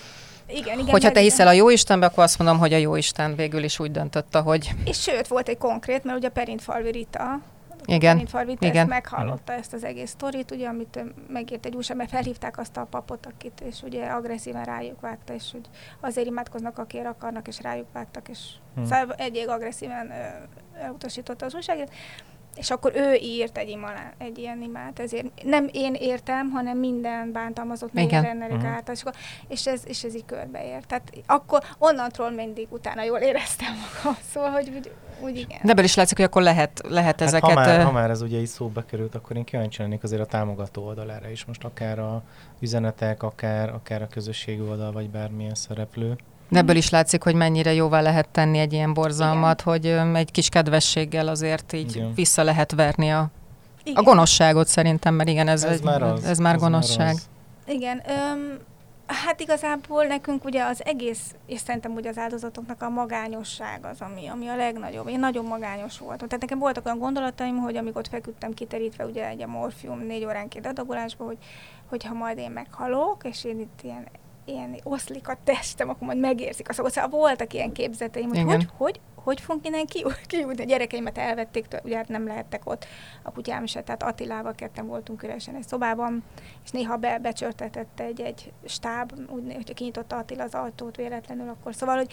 Igen, hogyha te hiszel a Jóistenbe, akkor azt mondom, hogy a Jóisten végül is úgy döntött, hogy... És sőt, volt egy konkrét, mert ugye a Perintfalvi Rita, igen. Ezt meghallotta ezt az egész sztorit, ugye, amit megírt egy újság, mert felhívták azt a papot, akit, és ugye agresszíven rájuk vágta, és hogy azért imádkoznak, akik akarnak, és rájuk vágtak, és szóval egyig agresszíven elutasította az újságért. És akkor ő írt egy ilyen imát, ezért nem én értem, hanem minden bántalmazott női által, és ez így körbeért. Tehát akkor onnantól mindig utána jól éreztem magam, szóval, hogy úgy igen. De ebből is látszik, hogy akkor lehet ezeket... Ha már ez ugye így szóba került, akkor én kíváncsi lennék azért a támogató oldalára is, most akár a üzenetek, akár a közösségi oldal, vagy bármilyen szereplő. De ebből is látszik, hogy mennyire jóvá lehet tenni egy ilyen borzalmat, hogy egy kis kedvességgel azért így vissza lehet verni a gonoszságot szerintem, mert igen, ez már gonoszság. Igen, hát igazából nekünk ugye az egész, és szerintem ugye az áldozatoknak a magányosság az, ami a legnagyobb. Én nagyon magányos voltam. Tehát nekem voltak olyan gondolataim, hogy amikor ott feküdtem kiterítve ugye egy a morfium 4 óránként adagolásba, hogy ha majd én meghalok, és én itt ilyen oszlik a testem, akkor majd megérzik. Szóval voltak ilyen képzeteim, hogy fogunk innen kijutni. A gyerekeimet elvették, ugye hát nem lehettek ott, a kutyám se, tehát Attilával ketten voltunk üresen egy szobában, és néha becsörtetett egy stáb, úgy, hogyha kinyitotta Attila az ajtót véletlenül, akkor szóval, hogy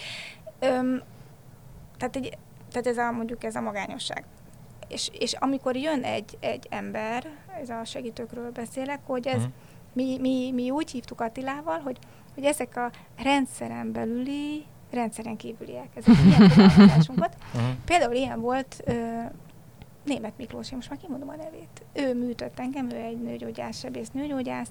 tehát mondjuk ez a magányosság. És amikor jön egy ember, ez a segítőkről beszélek, hogy ez mi úgy hívtuk Attilával, hogy ezek a rendszeren belüli, rendszeren kívüliek, ezek ilyen foglalkozásunkat. Például ilyen volt Németh Miklós, én most már kimondom a nevét. Ő műtött engem, ő egy nőgyógyász, sebész nőgyógyász.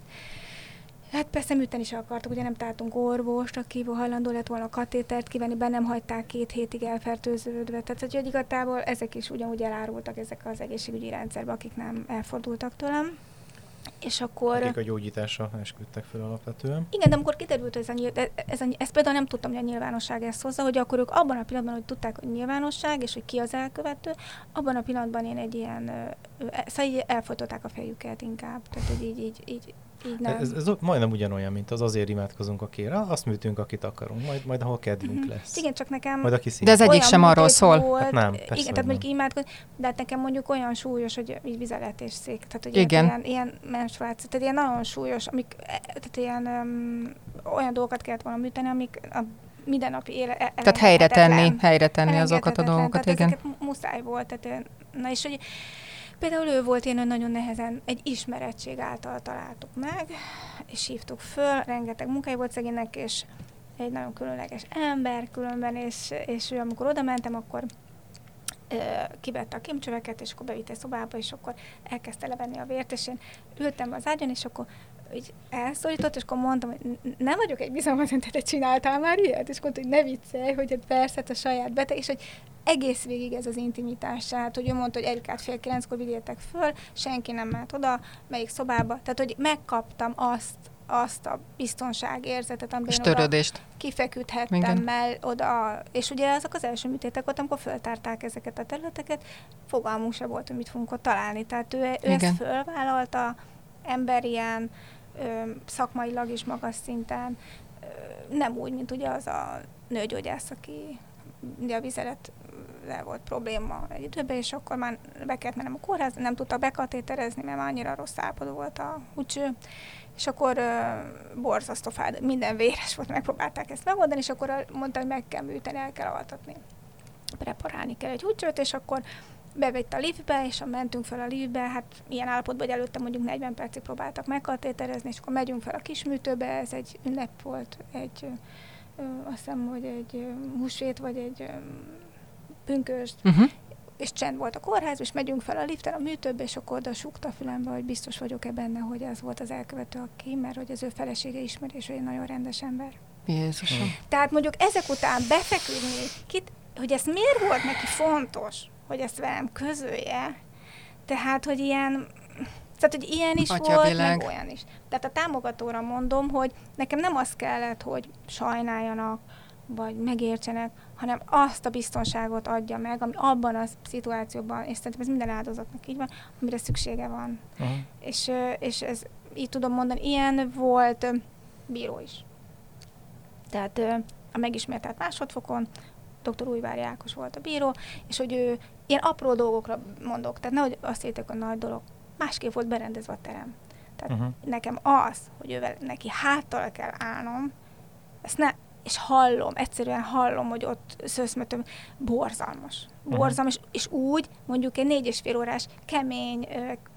Hát persze műteni is akartak, ugye nem találtunk orvost, aki hajlandó lett volna a katétert kivenni, be nem hagyták 2 hétig elfertőződve. Tehát, hogy igazából ezek is ugyanúgy elárultak ezek az egészségügyi rendszerbe, akik nem elfordultak tőlem. És akkor... Akik a gyógyításra esküdtek fel alapvetően. Igen, de amikor kiderült, hogy ez például nem tudtam, hogy a nyilvánosság ezt hozza, hogy akkor ők abban a pillanatban, hogy tudták, hogy nyilvánosság, és hogy ki az elkövető, abban a pillanatban én egy ilyen... Szóval így elfojtották a fejüket inkább. Tehát, hogy így nem. Ez majdnem ugyanolyan, mint azért imádkozunk, akire, azt műtünk, akit akarunk, majd ahol kedvünk lesz. Igen, csak nekem... Majd aki de ez egyik sem arról szól. Volt, hát nem, persze, igen, tehát mondjuk imádkozni, de hát nekem mondjuk olyan súlyos, hogy így vizeletésszék, tehát hogy ilyen menstruáció, tehát ilyen nagyon súlyos, tehát ilyen olyan dolgokat kellett volna műteni, amik a mindennapi élet... Tehát helyre tenni azokat a dolgokat, tehát igen. ezeket muszáj volt, tehát, na és hogy például ő volt ilyen, nagyon nehezen egy ismerettség által találtuk meg, és hívtuk föl, rengeteg munkája volt szegénynek, és egy nagyon különleges ember különben, és ő, amikor oda mentem, akkor kivette a kémcsöveket, és akkor bevitte szobába, és akkor elkezdte levenni a vért, és én ültem az ágyon, és akkor így elszólított, és akkor mondtam, hogy nem vagyok egy bizalmatlan, te csináltál már ilyet? És mondta, hogy ne viccelj, hogy hát persze, a saját beteg, és hogy egész végig ez az intimitás, tehát hogy ő mondta, hogy Erikát 8:30-kor vigyétek föl, senki nem ment oda, melyik szobába, tehát hogy megkaptam azt a biztonságérzetet, amiben oda kifeküdhettem oda, és ugye azok az első műtétek volt, amikor föltárták ezeket a területeket, fogalmunk se volt, hogy mit fogunk ott találni, tehát ő ezt fölvállalta, emberien, szakmailag is magas szinten, nem úgy, mint ugye az a nőgyógyász, aki ugye a vizelettel volt probléma egy időben, és akkor már be kellett mennem a kórházba, nem tudta bekatéterezni, mert már annyira rossz állapotban volt a húcső, és akkor borzasztó minden véres volt, megpróbálták ezt megoldani, és akkor mondta, hogy meg kell műteni, el kell altatni. Preparálni kell egy húcsőt, és akkor bevett a liftbe, és mentünk fel a liftbe, hát ilyen állapotban, hogy előtte mondjuk 40 percig próbáltak megkatéterezni, és akkor megyünk fel a kisműtőbe, ez egy ünnep volt, azt hiszem, hogy egy húsvét, vagy egy pünkösd, és csend volt a kórház, és megyünk fel a liften a műtőbe, és akkor oda súgta a fülembe, hogy biztos vagyok-e benne, hogy ez volt az elkövető, aki, mert hogy az ő felesége ismeri, és ő egy nagyon rendes ember. Jézusom. Tehát mondjuk ezek után befeküdni, hogy ez miért volt neki fontos, hogy ezt velem közölje, tehát, hogy ilyen is volt, meg olyan is. Tehát a támogatóra mondom, hogy nekem nem az kellett, hogy sajnáljanak, vagy megértsenek, hanem azt a biztonságot adja meg, ami abban a szituációban, és szerintem ez minden áldozatnak így van, amire szüksége van. És ez így tudom mondani, ilyen volt bíró is. Tehát a megismertelt másodfokon dr. Újvári Ákos volt a bíró, és hogy ő ilyen apró dolgokra mondok, tehát nehogy azt hittek, hogy nagy dolog. Másképp volt berendezve a terem. Tehát nekem az, hogy neki háttal kell állnom, ezt és egyszerűen hallom, hogy ott szőszmötöm, borzalmas. Borzalmas, és úgy mondjuk egy 4,5 órás kemény,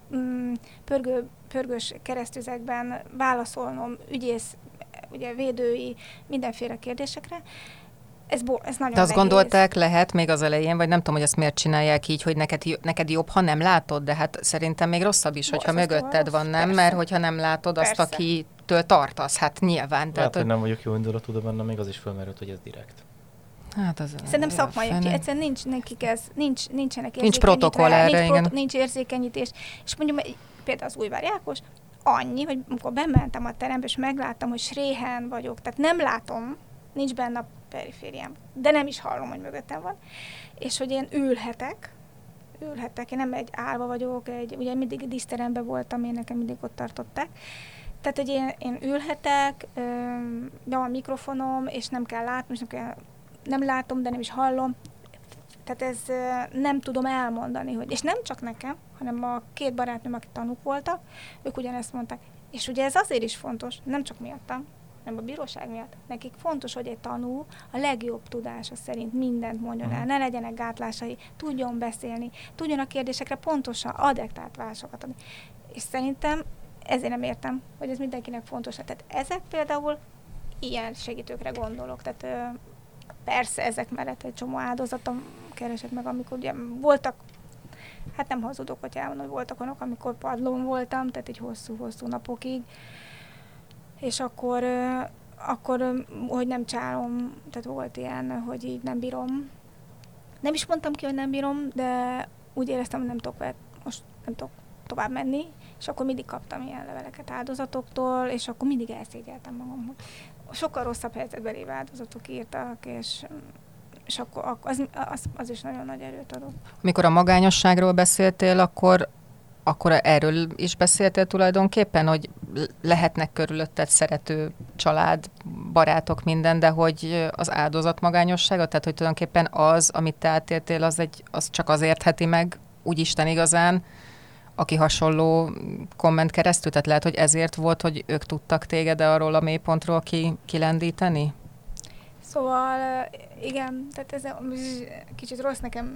pörgős keresztüzekben válaszolnom ügyész, ugye védői, mindenféle kérdésekre, ez nagyon De azt nehéz. gondolták, lehet még az elején, vagy nem tudom, hogy ezt miért csinálják így, hogy neked jobb, ha nem látod, de hát szerintem még rosszabb is, hogyha mögötted van, nem? Persze. Mert hogyha nem látod azt, akitől tartasz, hát nyilván. Tehát, hogy nem vagyok jó indulatú, de benne még az is fölmerült, hogy ez direkt. Hát az szerintem szakmai, egyszerűen nincs nekik nincsenek nincs protokoll erre, igen. Nincs érzékenyítés. És mondjuk például az Újvári Ákos, annyi, hogy amikor bementem a terembe, és megláttam, hogy sréhen vagyok, tehát nem látom, nincs benne a perifériám, de nem is hallom, hogy mögöttem van, és hogy én ülhetek, én nem egy állva vagyok, ugye mindig díszteremben voltam, én nekem mindig ott tartották, tehát, hogy én ülhetek, van a mikrofonom, és nem kell látnom, és nem látom, de nem is hallom, tehát ez nem tudom elmondani, hogy, és nem csak nekem, hanem a 2 barátnőm, akik tanúk voltak, ők ugyanezt mondták, és ugye ez azért is fontos, nem csak miattam, hanem a bíróság miatt. Nekik fontos, hogy egy tanú a legjobb tudása szerint mindent mondjon el, ne legyenek gátlásai, tudjon beszélni, tudjon a kérdésekre pontosan adekvált válaszokat adni. És szerintem ezért nem értem, hogy ez mindenkinek fontos. Tehát ezek például ilyen segítőkre gondolok. Tehát persze ezek mellett egy csomó áldozatom keresett meg, amikor ugye voltak, hát nem hazudok, hogy elmondom, hogy voltak olyanok, amikor padlón voltam, tehát egy hosszú-hosszú napokig, és akkor, hogy nem csalom, tehát volt ilyen, hogy így nem bírom. Nem is mondtam ki, hogy nem bírom, de úgy éreztem, hogy most nem tudok tovább menni, és akkor mindig kaptam ilyen leveleket áldozatoktól, és akkor mindig elszégyeltem magam. Sokkal rosszabb helyzetben lévő áldozatok írtak, és akkor az is nagyon nagy erőt adott. Amikor a magányosságról beszéltél, akkor erről is beszéltél tulajdonképpen, hogy lehetnek körülötted szerető család, barátok, minden, de hogy az áldozat magányossága, tehát hogy tulajdonképpen az, amit te átéltél, az csak az értheti meg, úgy Isten igazán, aki hasonló komment keresztül, tehát lehet, hogy ezért volt, hogy ők tudtak téged arról a mélypontról kilendíteni? Szóval igen, tehát ez kicsit rossz nekem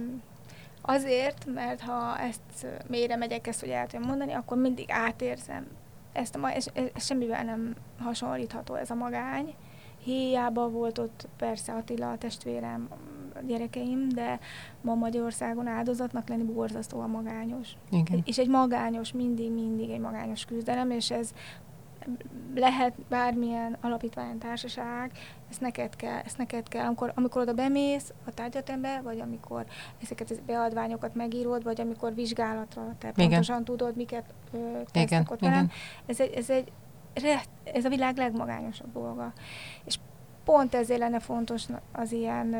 azért, mert ha ezt mélyre megyek, ezt, hogy el tudom mondani, akkor mindig átérzem. Ez semmivel nem hasonlítható ez a magány. Hiába volt ott persze Attila, a testvérem, a gyerekeim, de ma Magyarországon áldozatnak lenni borzasztóan magányos. Igen. És egy magányos, mindig egy magányos küzdelem, és ez lehet bármilyen alapítvány, társaság, ezt neked kell. Amikor oda bemész a tárgyaterembe, vagy amikor ezeket az beadványokat megírod, vagy amikor vizsgálatra, te pontosan tudod, miket tesznek ott velem. Ez a világ legmagányosabb dolga. És pont ezért lenne fontos az ilyen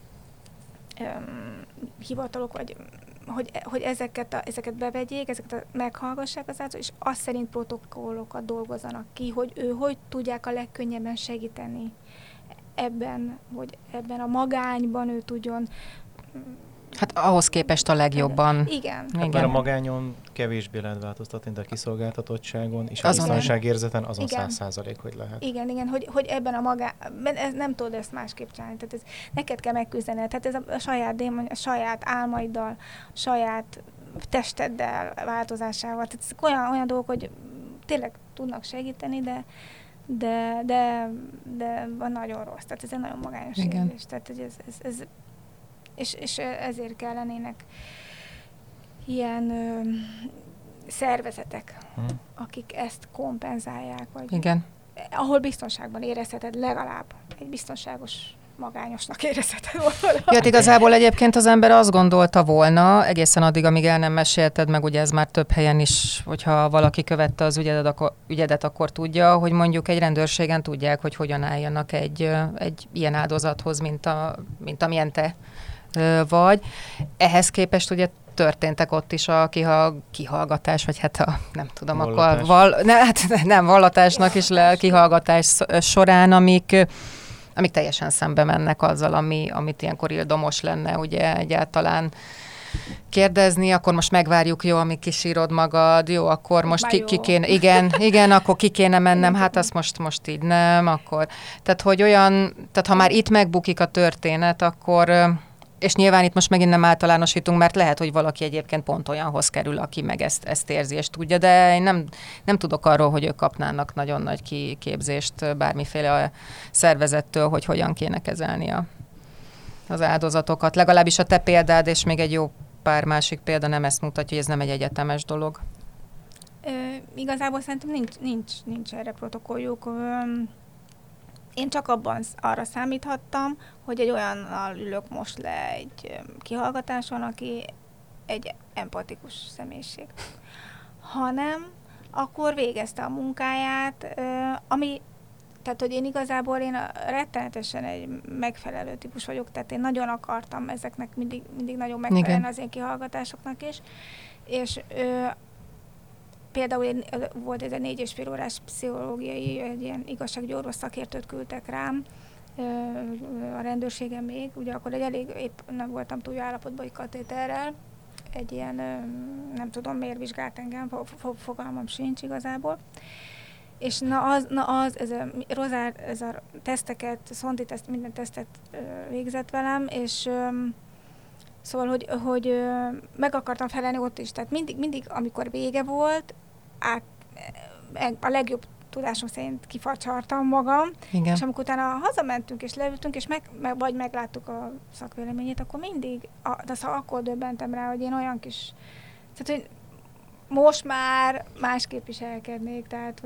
hivatalok, vagy hogy ezeket bevegyék, ezeket meghallgassák az által, és azt szerint protokollokat dolgozzanak ki, hogy hogy tudják a legkönnyebben segíteni ebben a magányban ő tudjon. Hát ahhoz képest a legjobban. Igen. Hát már a magányon kevésbé lehet változtatni, de a kiszolgáltatottságon és a biztonságérzeten azon 100%, hogy lehet. Igen, hogy ebben a nem tudod ezt másképp csinálni. Tehát neked kell megküzdened. Tehát ez a saját démon, a saját álmaiddal, a saját testeddel változásával. Tehát ezek olyan dolgok, hogy tényleg tudnak segíteni, de nagyon rossz. Tehát ez egy nagyon magányos érzés. Tehát ez és ezért kellenének ilyen szervezetek, akik ezt kompenzálják, vagy igen. Ahol biztonságban érezheted, legalább egy biztonságos magányosnak érezheted volna. Ja, igazából egyébként az ember azt gondolta volna, egészen addig, amíg el nem mesélted meg, ugye ez már több helyen is, hogyha valaki követte az ügyedet, akkor tudja, hogy mondjuk egy rendőrségen tudják, hogy hogyan álljanak egy ilyen áldozathoz, mint amilyen te vagy. Ehhez képest ugye történtek ott is a kihallgatás, vagy hát nem tudom, vallatás. akkor nem vallatásnak is kihallgatás során, amik teljesen szembe mennek azzal, amit ilyenkor ildomos lenne, ugye egyáltalán kérdezni, akkor most megvárjuk, jó, amíg kisírod magad, jó, akkor most ki kéne, igen, akkor ki kéne mennem, hát azt most így nem, akkor. Tehát ha már itt megbukik a történet, akkor, és nyilván itt most megint nem általánosítunk, mert lehet, hogy valaki egyébként pont olyanhoz kerül, aki meg ezt érzi és tudja, de én nem tudok arról, hogy ők kapnának nagyon nagy kiképzést bármiféle szervezettől, hogy hogyan kéne kezelni az áldozatokat. Legalábbis a te példád, és még egy jó pár másik példa nem ezt mutatja, hogy ez nem egy egyetemes dolog. Igazából szerintem nincs erre protokolljuk. Én csak arra számíthattam, hogy egy olyannal ülök most le egy kihallgatáson, aki egy empatikus személyiség. Hanem akkor végezte a munkáját, tehát, hogy én igazából rettenetesen egy megfelelő típus vagyok, tehát én nagyon akartam ezeknek mindig nagyon megfelelni az én kihallgatásoknak is, és például volt ez egy 4,5 órás pszichológiai, egy ilyen igazsággyóros szakértőt küldtek rám, a rendőrségen még, ugye akkor épp nem voltam túl jó állapotban egy katéterrel, egy ilyen, nem tudom miért vizsgált engem, fogalmam sincs igazából. És ez a teszteket, szonditeszt, minden tesztet végzett velem, és szóval, hogy meg akartam felelni ott is. Tehát mindig amikor vége volt, a legjobb tudásom szerint kifacsartam magam, igen. És amikor utána hazamentünk és leültünk, és vagy megláttuk a szakvéleményét, akkor mindig, akkor döbbentem rá, hogy én olyan kis... Tehát, hogy most már másképp is elkednék, tehát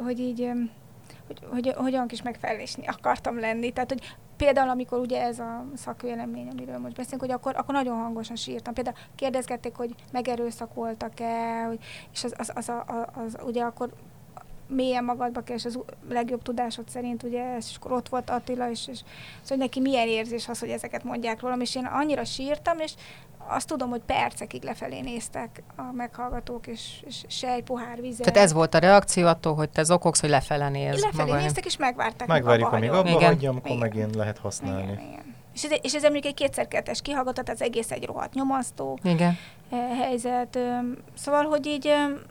hogy olyan kis megfelelésni akartam lenni. Tehát, hogy például, amikor ugye ez a szakvélemény, amiről most beszélünk, hogy akkor nagyon hangosan sírtam. Például kérdezgették, hogy megerőszakoltak-e, és az ugye akkor mélyen magadba kell, és az legjobb tudásod szerint, ugye, és akkor ott volt Attila, és szóval neki milyen érzés az, hogy ezeket mondják rólam, és én annyira sírtam, és azt tudom, hogy percekig lefelé néztek a meghallgatók, és se egy pohár vizet. Tehát ez volt a reakció attól, hogy te zokogsz, hogy lefele néz. Lefelé néztek, és megvárták. Megvárjuk, amíg abba hagyjam, akkor megint lehet használni. Igen. És ez mondjuk egy 2x2-es kihallgatás, az egész egy rohadt nyomasztó helyzet. Szóval, hogy így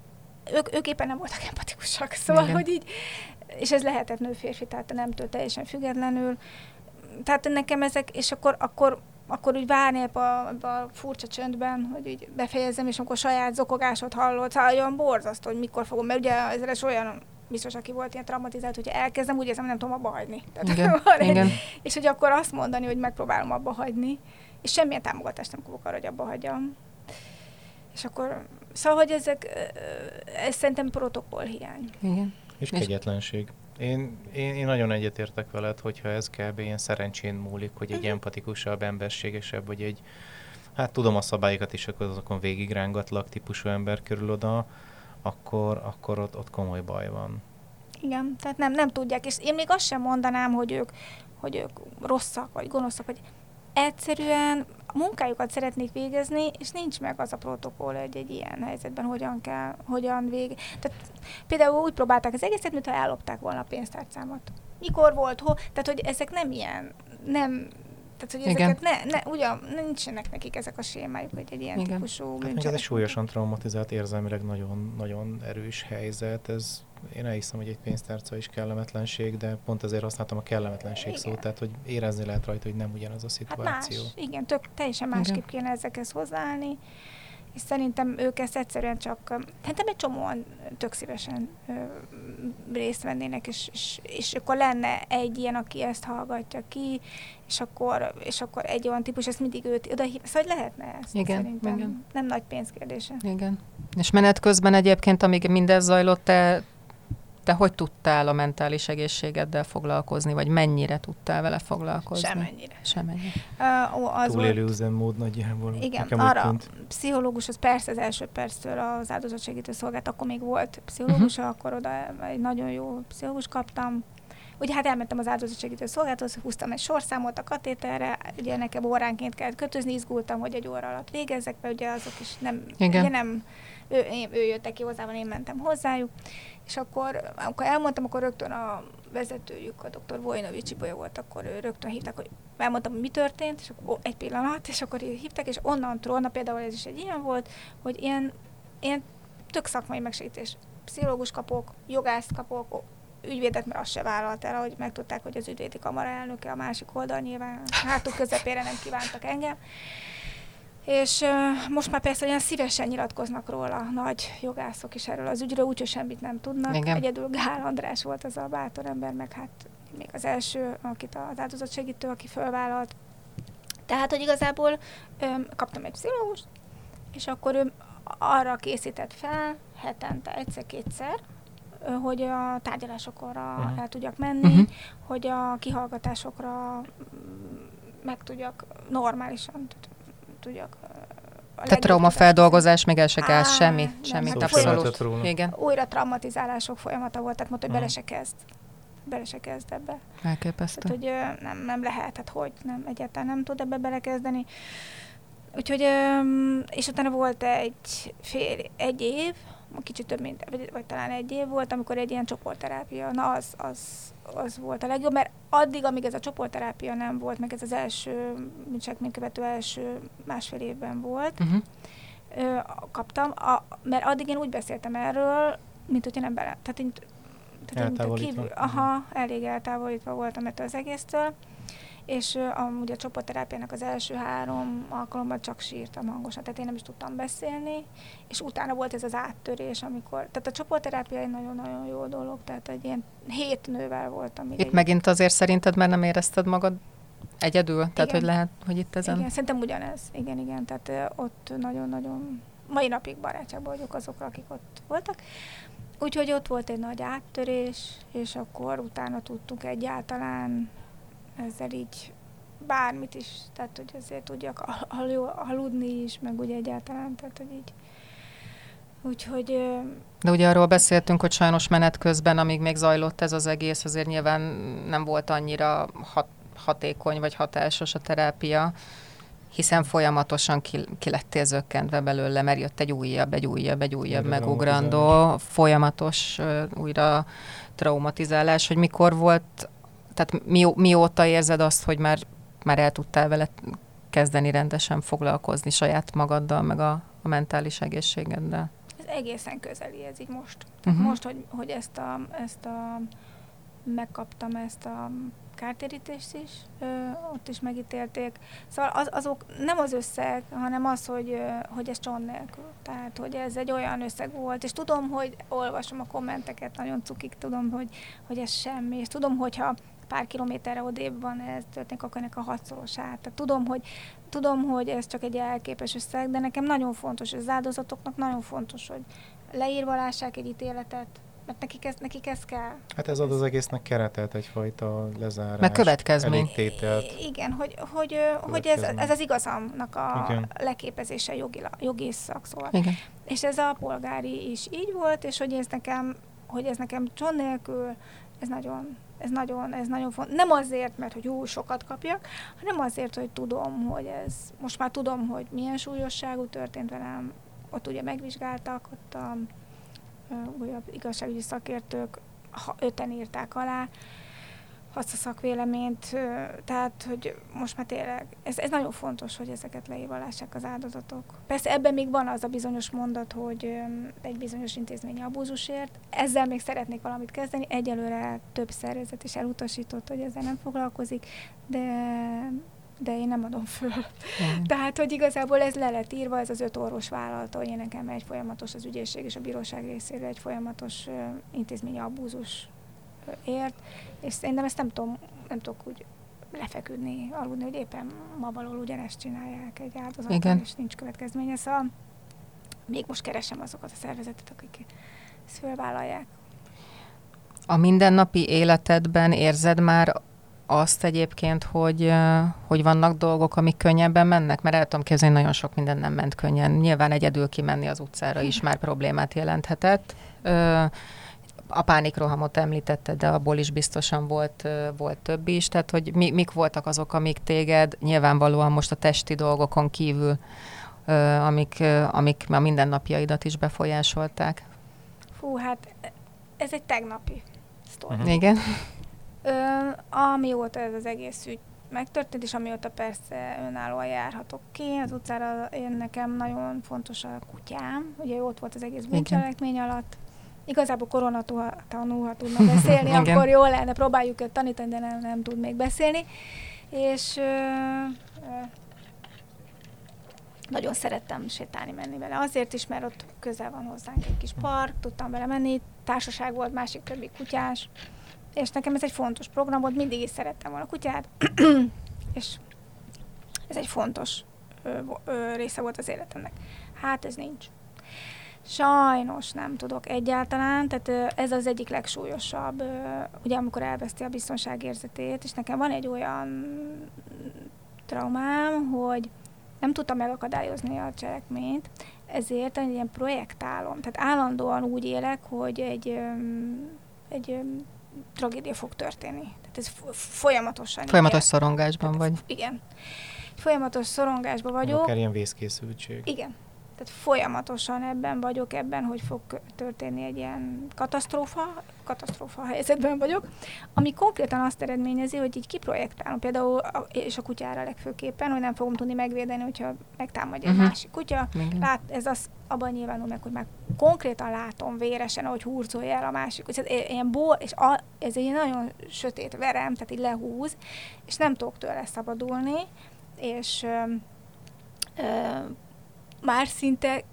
ők éppen nem voltak empatikusak. Szóval, hogy így, és ez lehetett nő-férfi, tehát nemtől teljesen függetlenül. Tehát nekem ezek, és akkor úgy várni ebbe a furcsa csöndben, hogy úgy befejezzem, és amikor saját zokogásot hallott, szóval olyan borzasztó, hogy mikor fogom, mert ugye ez olyan biztos, aki volt ilyen traumatizált, hogyha elkezdem, úgy érzem, nem tudom abba hagyni. Igen. És hogy akkor azt mondani, hogy megpróbálom abba hagyni, és semmilyen támogatást nem kapok arra, hogy abba hagyjam. És akkor, szóval, hogy ez szerintem protokollhiány. Igen. És kegyetlenség. Én nagyon egyetértek veled, hogyha ez kb. Ilyen szerencsén múlik, hogy egy empatikusabb, emberségesebb, vagy egy, hát tudom a szabályokat is, akkor azokon végigrángatlak típusú ember körül oda, akkor ott komoly baj van. Igen, tehát nem tudják, és én még azt sem mondanám, hogy ők rosszak, vagy gonoszak, vagy egyszerűen a munkájukat szeretnék végezni, és nincs meg az a protokoll, hogy egy ilyen helyzetben hogyan tehát például úgy próbálták az egészet, mintha ellopták volna a pénztárcámat. Mikor volt, tehát hogy ezek nem ilyen, tehát hogy ezeket ugyan nincsenek nekik ezek a sémájuk, hogy egy ilyen típusú bűncselekmény. Ez egy súlyosan traumatizált, érzelmileg nagyon, nagyon erős helyzet. Én elhiszem, hogy egy pénztárca is kellemetlenség, de pont ezért használtam a kellemetlenség szót, tehát hogy érezni lehet rajta, hogy nem ugyanaz a szituáció. Hát más, igen, teljesen másképp kéne ezekhez hozzáállni, és szerintem ők ezt egyszerűen csak, szerintem egy csomóan tök szívesen részt vennének, és akkor lenne egy ilyen, aki ezt hallgatja ki, és akkor egy olyan típus, ezt mindig őt odahív, szóval lehetne ezt szerintem. Igen. Nem nagy pénzkérdése. Igen. És menet közben egyébként, amíg mindez zajlott, te hogy tudtál a mentális egészségeddel foglalkozni, vagy mennyire tudtál vele foglalkozni? Semmennyire. Túlélő üzemmód nagyjából. Igen, arra pszichológus, az persze az első perctől az áldozatsegítő szolgált, akkor még volt pszichológus, akkor oda egy nagyon jó pszichológus kaptam. ugye hát elmentem az áldozatsegítő szolgálathoz, húztam egy sorszámot a katéterre, ugye nekem óránként kellett kötözni, izgultam, hogy egy óra alatt végezzek, mert ugye azok is nem, ugye nem ő jöttek ki hozzá, én mentem hozzájuk, és akkor, amikor elmondtam, akkor rögtön a vezetőjük, a dr. Vojnovics Ibolya volt, akkor ő rögtön hívták, hogy elmondtam, hogy mi történt, és akkor egy pillanat, és akkor hívták, és onnantól, például ez is egy ilyen volt, hogy ilyen tök szakmai megsegítés. Pszichológus kapok, jogászt kapok, ügyvédet, mert azt se vállalt el, hogy megtudták, hogy az ügyvédi kamara elnöke a másik oldal, nyilván hátuk közepére nem kívántak engem. És most már persze olyan szívesen nyilatkoznak róla nagy jogászok is erről az ügyről, úgyhogy semmit nem tudnak. Igen. Egyedül Gál András volt az a bátor ember, meg hát még az első, akit az áldozatsegítő, aki fölvállalt. Tehát, hogy igazából kaptam egy pszichológust, és akkor ő arra készített fel hetente egyszer-kétszer, hogy a tárgyalásokra el tudjak menni, hogy a kihallgatásokra meg tudjak normálisan tudjak. Tehát traumafeldolgozás még el se kell, semmit abszolút. Igen. Újra traumatizálások folyamata volt, tehát mondta, hogy bele se kezd ebbe. Elképesztő. Tehát, hogy nem lehet, hát hogy nem, egyáltalán nem tud ebbe belekezdeni. Úgyhogy, és utána volt egy év, kicsit több mint, vagy talán egy év volt, amikor egy ilyen csoportterápia, na az volt a legjobb, mert addig, amíg ez a csoportterápia nem volt, meg ez az első bűncselekményt követő első másfél évben volt, kaptam, mert addig én úgy beszéltem erről, mint hogyha nem bele. Elég eltávolítva voltam ettől az egésztől, és amúgy a csoportterápiának az első 3 alkalommal csak sírtam hangosan, tehát én nem is tudtam beszélni, és utána volt ez az áttörés, amikor, tehát a csoportterápia egy nagyon-nagyon jó dolog, tehát egy ilyen 7 nővel voltam. Itt megint azért szerinted, mert nem érezted magad egyedül? Igen. Tehát, hogy lehet, hogy itt ezen? Igen, szerintem ugyanez. Igen, tehát ott nagyon-nagyon, mai napig barátságban vagyok azokra, akik ott voltak. Úgyhogy ott volt egy nagy áttörés, és akkor utána tudtuk egyáltalán ezzel így bármit is, tehát hogy azért tudjak aludni is, meg ugye egyáltalán, tehát hogy így. Úgyhogy... De ugye arról beszéltünk, hogy sajnos menet közben, amíg még zajlott ez az egész, azért nyilván nem volt annyira hatékony vagy hatásos a terápia, hiszen folyamatosan ki lettél zökkentve belőle, mert jött egy újabb megugrandó, folyamatos újra traumatizálás, hogy mikor volt, tehát mióta érzed azt, hogy már el tudtál vele kezdeni rendesen foglalkozni saját magaddal, meg a mentális egészségeddel? Ez egészen közeli, ez így most. Most, hogy ezt a megkaptam ezt a kártérítést is, ott is megítélték. Szóval azok nem az összeg, hanem az, hogy ez csont nélkül. Tehát, hogy ez egy olyan összeg volt, és tudom, hogy olvasom a kommenteket, nagyon cukik, tudom, hogy ez semmi, és tudom, hogyha pár kilométerre odébb van ez történik, akkor ennek a 6-szorosát. Tehát tudom, hogy ez csak egy elképes összeg, de nekem nagyon fontos, az áldozatoknak nagyon fontos, hogy leírva lássák egy ítéletet, mert nekik ez kell. Hát ez ad az egésznek keretet, egyfajta lezárás. Meg következmény. Igen, hogy ez az igazamnak a leképezése jogi szakszóval. Igen. És ez a polgári is így volt, és hogy ez nekem csont nélkül, ez nagyon fontos. Nem azért, mert hogy sokat kapjak, hanem azért, hogy most már tudom, hogy milyen súlyosságú történt velem. Ott ugye megvizsgáltak, ott a újabb igazságügyi szakértők 5-en írták alá azt a szakvéleményt, tehát, hogy most már tényleg, ez nagyon fontos, hogy ezeket leírva lássák az áldozatok. Persze ebben még van az a bizonyos mondat, hogy egy bizonyos intézményi abúzusért. Ezzel még szeretnék valamit kezdeni, egyelőre több szervezet is elutasított, hogy ezzel nem foglalkozik, de én nem adom föl. Tehát, hogy igazából ez le lett írva, ez az 5 orvos vállalta, hogy én nekem egy folyamatos az ügyészség és a bíróság részéről egy folyamatos intézményi abúzus ért, és szerintem ezt nem tudok úgy lefeküdni, aludni, hogy éppen ma való ugyanezt csinálják egy áldozattal, és nincs következménye. Szóval még most keresem azokat a szervezetet, akik ezt fölvállalják. A mindennapi életedben érzed már azt egyébként, hogy vannak dolgok, amik könnyebben mennek? Mert el tudom képzelni, nagyon sok minden nem ment könnyen. Nyilván egyedül kimenni az utcára is már problémát jelenthetett. A pánikrohamot említetted, de abból is biztosan volt több is, tehát hogy mik voltak azok, amik téged nyilvánvalóan most a testi dolgokon kívül, amik a mindennapjaidat is befolyásolták? Fú, hát ez egy tegnapi sztori. Igen. Amióta ez az egész ügy megtörtént, és amióta persze önállóan járhatok ki az utcára, nekem nagyon fontos a kutyám, ugye ott volt az egész bűncselekmény alatt. Igazából koronatanul, ha tudna beszélni, akkor jól lenne, próbáljuk őt tanítani, de nem tud még beszélni. És nagyon szerettem sétálni, menni vele. Azért is, mert ott közel van hozzánk egy kis park, tudtam vele menni, társaság volt, másik többi kutyás, és nekem ez egy fontos program volt, mindig is szerettem volna a kutyát, és ez egy fontos része volt az életemnek. Hát ez nincs. Sajnos nem tudok egyáltalán, tehát ez az egyik legsúlyosabb, ugye amikor elveszti a biztonságérzetét, és nekem van egy olyan traumám, hogy nem tudtam megakadályozni a cselekményt, ezért egy ilyen projektálom. Tehát állandóan úgy élek, hogy egy tragédia fog történni. Tehát ez folyamatosan. Folyamatos szorongásban vagy. Igen. Folyamatos szorongásban vagyok. Akár ilyen vészkészültség. Igen. Tehát folyamatosan ebben, hogy fog történni egy ilyen katasztrófa helyzetben vagyok, ami konkrétan azt eredményezi, hogy így kiprojektálom, például és a kutyára legfőképpen, hogy nem fogom tudni megvédeni, hogyha megtámadja egy másik kutya. Ez az abban nyilvánul meg, hogy már konkrétan látom véresen, ahogy hurcolja el a másik kutya. Ez egy nagyon sötét verem, tehát így lehúz, és nem tudok tőle szabadulni, és már szinte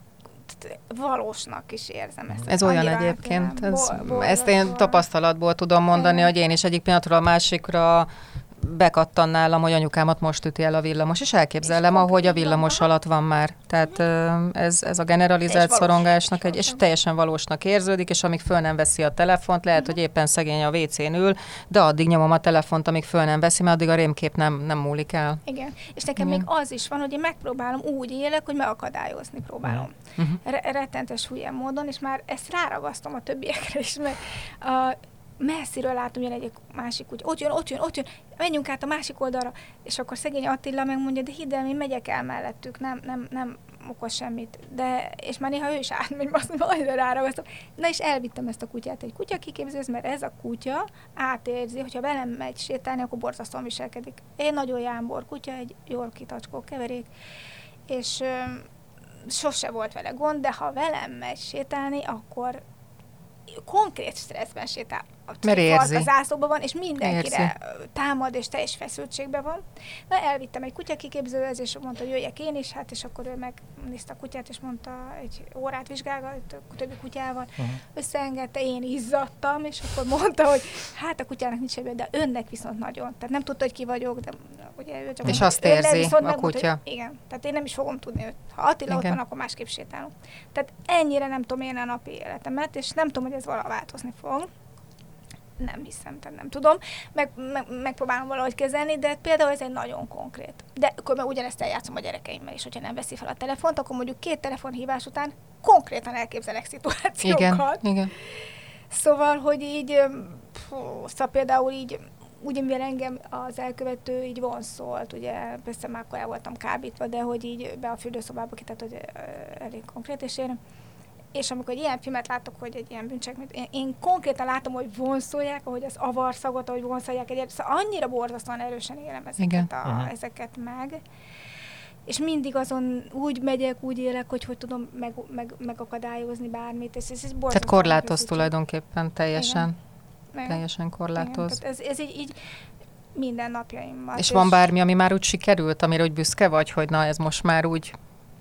valósnak is érzem ezt. Ez olyan egyébként. Ezt én tapasztalatból tudom mondani, hogy én is egyik pillanatról a másikra bekattan nálam, hogy anyukámat most üti el a villamos, és elképzelem, ahogy a villamos alatt van már. Tehát ez a generalizált szorongásnak és teljesen valósnak érződik, és amíg föl nem veszi a telefont, lehet, hogy éppen szegény a WC-n ül, de addig nyomom a telefont, amíg föl nem veszi, mert addig a rémkép nem múlik el. Igen, és nekem még az is van, hogy én megpróbálom, úgy élek, hogy megakadályozni próbálom. Rettentes hülye módon, és már ezt ráragasztom a többiekre is, mert messziről látom, hogy egy másik kutya, ott jön, menjünk át a másik oldalra, és akkor szegény Attila megmondja, de hidd el, én megyek el mellettük, nem okoz semmit, és már néha ő is átmegy, azt majd ráragasztom. Na és elvittem ezt a kutyát egy kutyakiképzőhöz, mert ez a kutya átérzi, hogyha velem megy sétálni, akkor borzasztóan viselkedik. Én nagyon jámbor kutya, egy jól kitacskó keverék, és sose volt vele gond, de ha velem megy sétálni, akkor konkrét stresszben sétál. Mert érzi. A zászlóban van, és mindenkire támad, és teljes feszültségben van. Na, elvittem egy kutyakiképzőhöz, és mondta, hogy jöjjek én is, hát, és akkor ő megnézte a kutyát, és mondta, egy órát vizsgálgat, a többi kutyával, összeengedte, én izzadtam, és akkor mondta, hogy hát a kutyának nincs ebben, de önnek viszont nagyon. Tehát nem tudta, hogy ki vagyok, de ugye ő csak... És azt érzi a kutya. Hogy, igen, tehát én nem is fogom tudni őt. Ha Attila ott van, akkor másképp sétálunk. Tehát ennyire nem tudom élni a napi életemet, és nem tudom, hogy ez valaha változni fog. Nem hiszem, tehát nem tudom. Megpróbálom valahogy kezelni, de például ez egy nagyon konkrét. De akkor meg ugyanezt eljátszom a gyerekeimmel is, hogyha nem veszi fel a telefont, akkor mondjuk 2 telefonhívás után konkrétan elképzelek szituációkat. Igen. Szóval, hogy így, szóval például így, úgy, mivel engem az elkövető így vonszolt, ugye persze már akkor el voltam kábítva, de hogy így be a fürdőszobába kitett, hogy elég konkrét, és amikor egy ilyen filmet látok, hogy egy ilyen bűncselekményt, én konkrétan látom, hogy vonszolják, ahogy az avarszagot, ahogy vonszolják egyet, szóval annyira borzasztóan erősen élem ezeket meg. És mindig azon úgy megyek, úgy élek, hogy tudom megakadályozni bármit. És ez tehát korlátoz tulajdonképpen teljesen. Teljesen korlátoz. Igen, tehát ez így minden napjaimmal. És van bármi, ami már úgy sikerült, amire úgy büszke vagy, hogy na ez most már úgy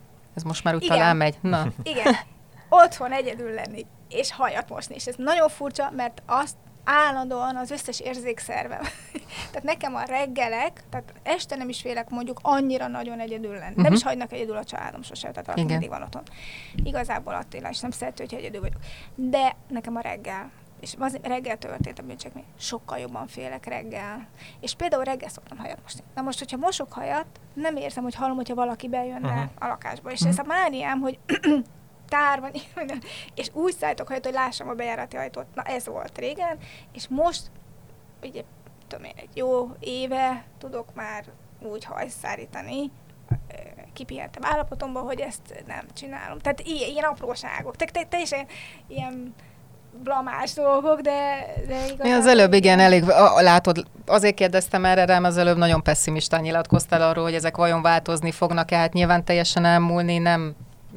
talán megy? Na. Igen. Otthon egyedül lenni, és hajat mosni. És ez nagyon furcsa, mert azt állandóan az összes érzékszervem. Tehát nekem a reggelek, tehát este nem is félek mondjuk annyira nagyon egyedül lenni. Nem is hagynak egyedül a családom sosem, tehát valaki mindig van otthon. Igazából Attila is nem szerető, hogyha egyedül vagyok. De nekem a reggel, és az reggel történt a bűncselekmény, sokkal jobban félek reggel. És például reggel szoktam hajat mosni. Na most, hogyha mosok hajat, nem érzem, hogy hallom, hogyha valaki bejönne a lakásba. És ez a mániám, hogy tárban, és úgy szállítok hajt, hogy lássam a bejárati ajtót. Na ez volt régen, és most, ugye, tudom én, egy jó éve tudok már úgy hajszárítani, kipihentem állapotomban, hogy ezt nem csinálom. Tehát ilyen apróságok. Teljesen ilyen blamás dolgok, de igazán... Az előbb igen, elég, látod, azért kérdeztem erre rám, az előbb nagyon pessimistán nyilatkoztál arról, hogy ezek vajon változni fognak-e, hát nyilván teljesen elmúlni, nem...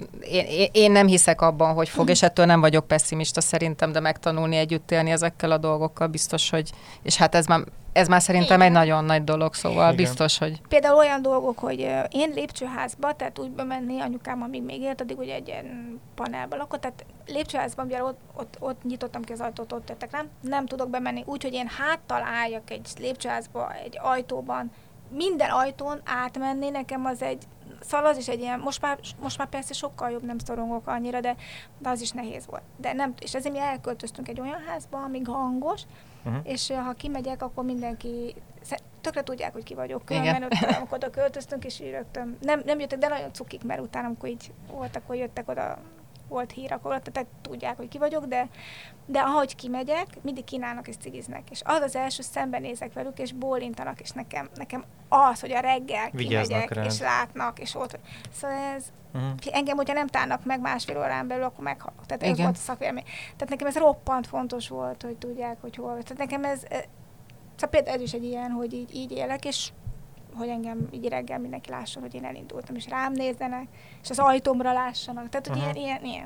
Én nem hiszek abban, hogy fog, és ettől nem vagyok pessimista szerintem, de megtanulni együtt élni ezekkel a dolgokkal biztos, hogy... És hát ez már szerintem igen. Egy nagyon nagy dolog, szóval igen. Biztos, hogy... Például olyan dolgok, hogy én lépcsőházba, tehát úgy bemenni, anyukám, amíg még élt, addig ugye egy ilyen panelba lakott, tehát lépcsőházban, ugye ott nyitottam ki az ajtót, ott jöttek, nem tudok bemenni, úgyhogy én háttal álljak egy lépcsőházba, egy ajtóban, minden ajtón átmenni, nekem az egy... Szóval az is egy ilyen, most már persze sokkal jobb, nem szorongok annyira, de az is nehéz volt. De nem, és ezért mi elköltöztünk egy olyan házba, amíg hangos, és ha kimegyek, akkor mindenki tökre tudják, hogy ki vagyok. Különben amikor oda költöztünk, és így rögtön nem jöttek, de nagyon cukik, mert utána, amikor így voltak, hogy jöttek oda, volt hír, akkor tehát tudják, hogy ki vagyok, de ahogy kimegyek, mindig kínálnak és cigiznek. És az első, szembenézek velük, és bólintanak, és nekem az, hogy a reggel kimegyek, és látnak, és ott. Szóval ez, engem, hogyha nem tárnak meg másfél órán belül, akkor meghalok. Tehát ez volt a szakvélemény. Tehát nekem ez roppant fontos volt, hogy tudják, hogy hol. Tehát nekem ez, szóval például ez is egy ilyen, hogy így élek, és hogy engem így reggel mindenki lásson, hogy én elindultam, és rám nézzenek, és az ajtómra lássanak. Tehát, hogy ilyen.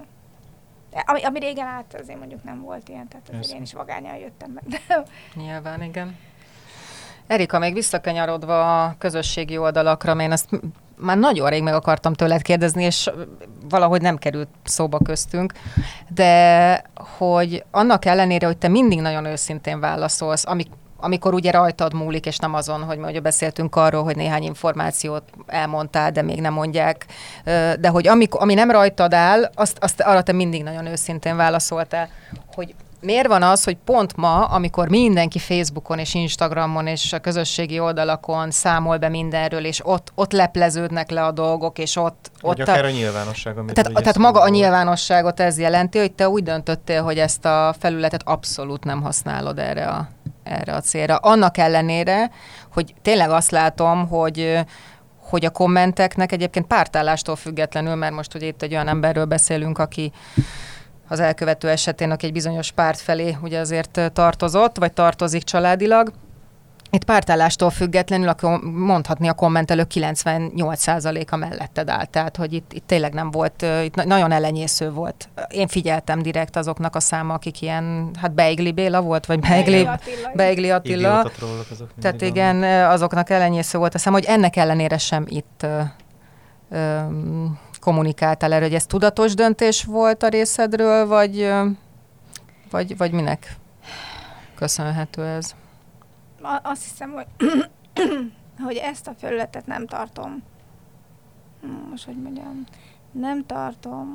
Ami régen azért mondjuk nem volt ilyen, tehát azért én is vagányan jöttem meg. Nyilván, igen. Erika, még visszakanyarodva a közösségi oldalakra, mert én ezt már nagyon rég meg akartam tőled kérdezni, és valahogy nem került szóba köztünk, de hogy annak ellenére, hogy te mindig nagyon őszintén válaszolsz, amikor ugye rajtad múlik, és nem azon, hogy mi ugye beszéltünk arról, hogy néhány információt elmondtál, de még nem mondják, de hogy ami nem rajtad áll, azt arra te mindig nagyon őszintén válaszoltál, hogy miért van az, hogy pont ma, amikor mindenki Facebookon és Instagramon és a közösségi oldalakon számol be mindenről, és ott lepleződnek le a dolgok, és ott akár a nyilvánosság. Tehát maga a nyilvánosságot ez jelenti, hogy te úgy döntöttél, hogy ezt a felületet abszolút nem használod erre a célra. Annak ellenére, hogy tényleg azt látom, hogy a kommenteknek egyébként pártállástól függetlenül, mert most ugye itt egy olyan emberről beszélünk, aki az elkövető esetén, aki egy bizonyos párt felé ugye azért tartozott, vagy tartozik családilag. Itt pártállástól függetlenül mondhatni a kommentelők 98%-a melletted állt. Tehát, hogy itt tényleg nem volt, itt nagyon elenyésző volt. Én figyeltem direkt azoknak a száma, akik ilyen, hát Beigli Béla volt, vagy Beigli Attila. Tehát igen, azoknak elenyésző volt a szám, hogy ennek ellenére sem itt kommunikáltál erről, hogy ez tudatos döntés volt a részedről, vagy minek köszönhető ez? Azt hiszem, hogy ezt a felületet nem tartom, most hogy mondjam, nem tartom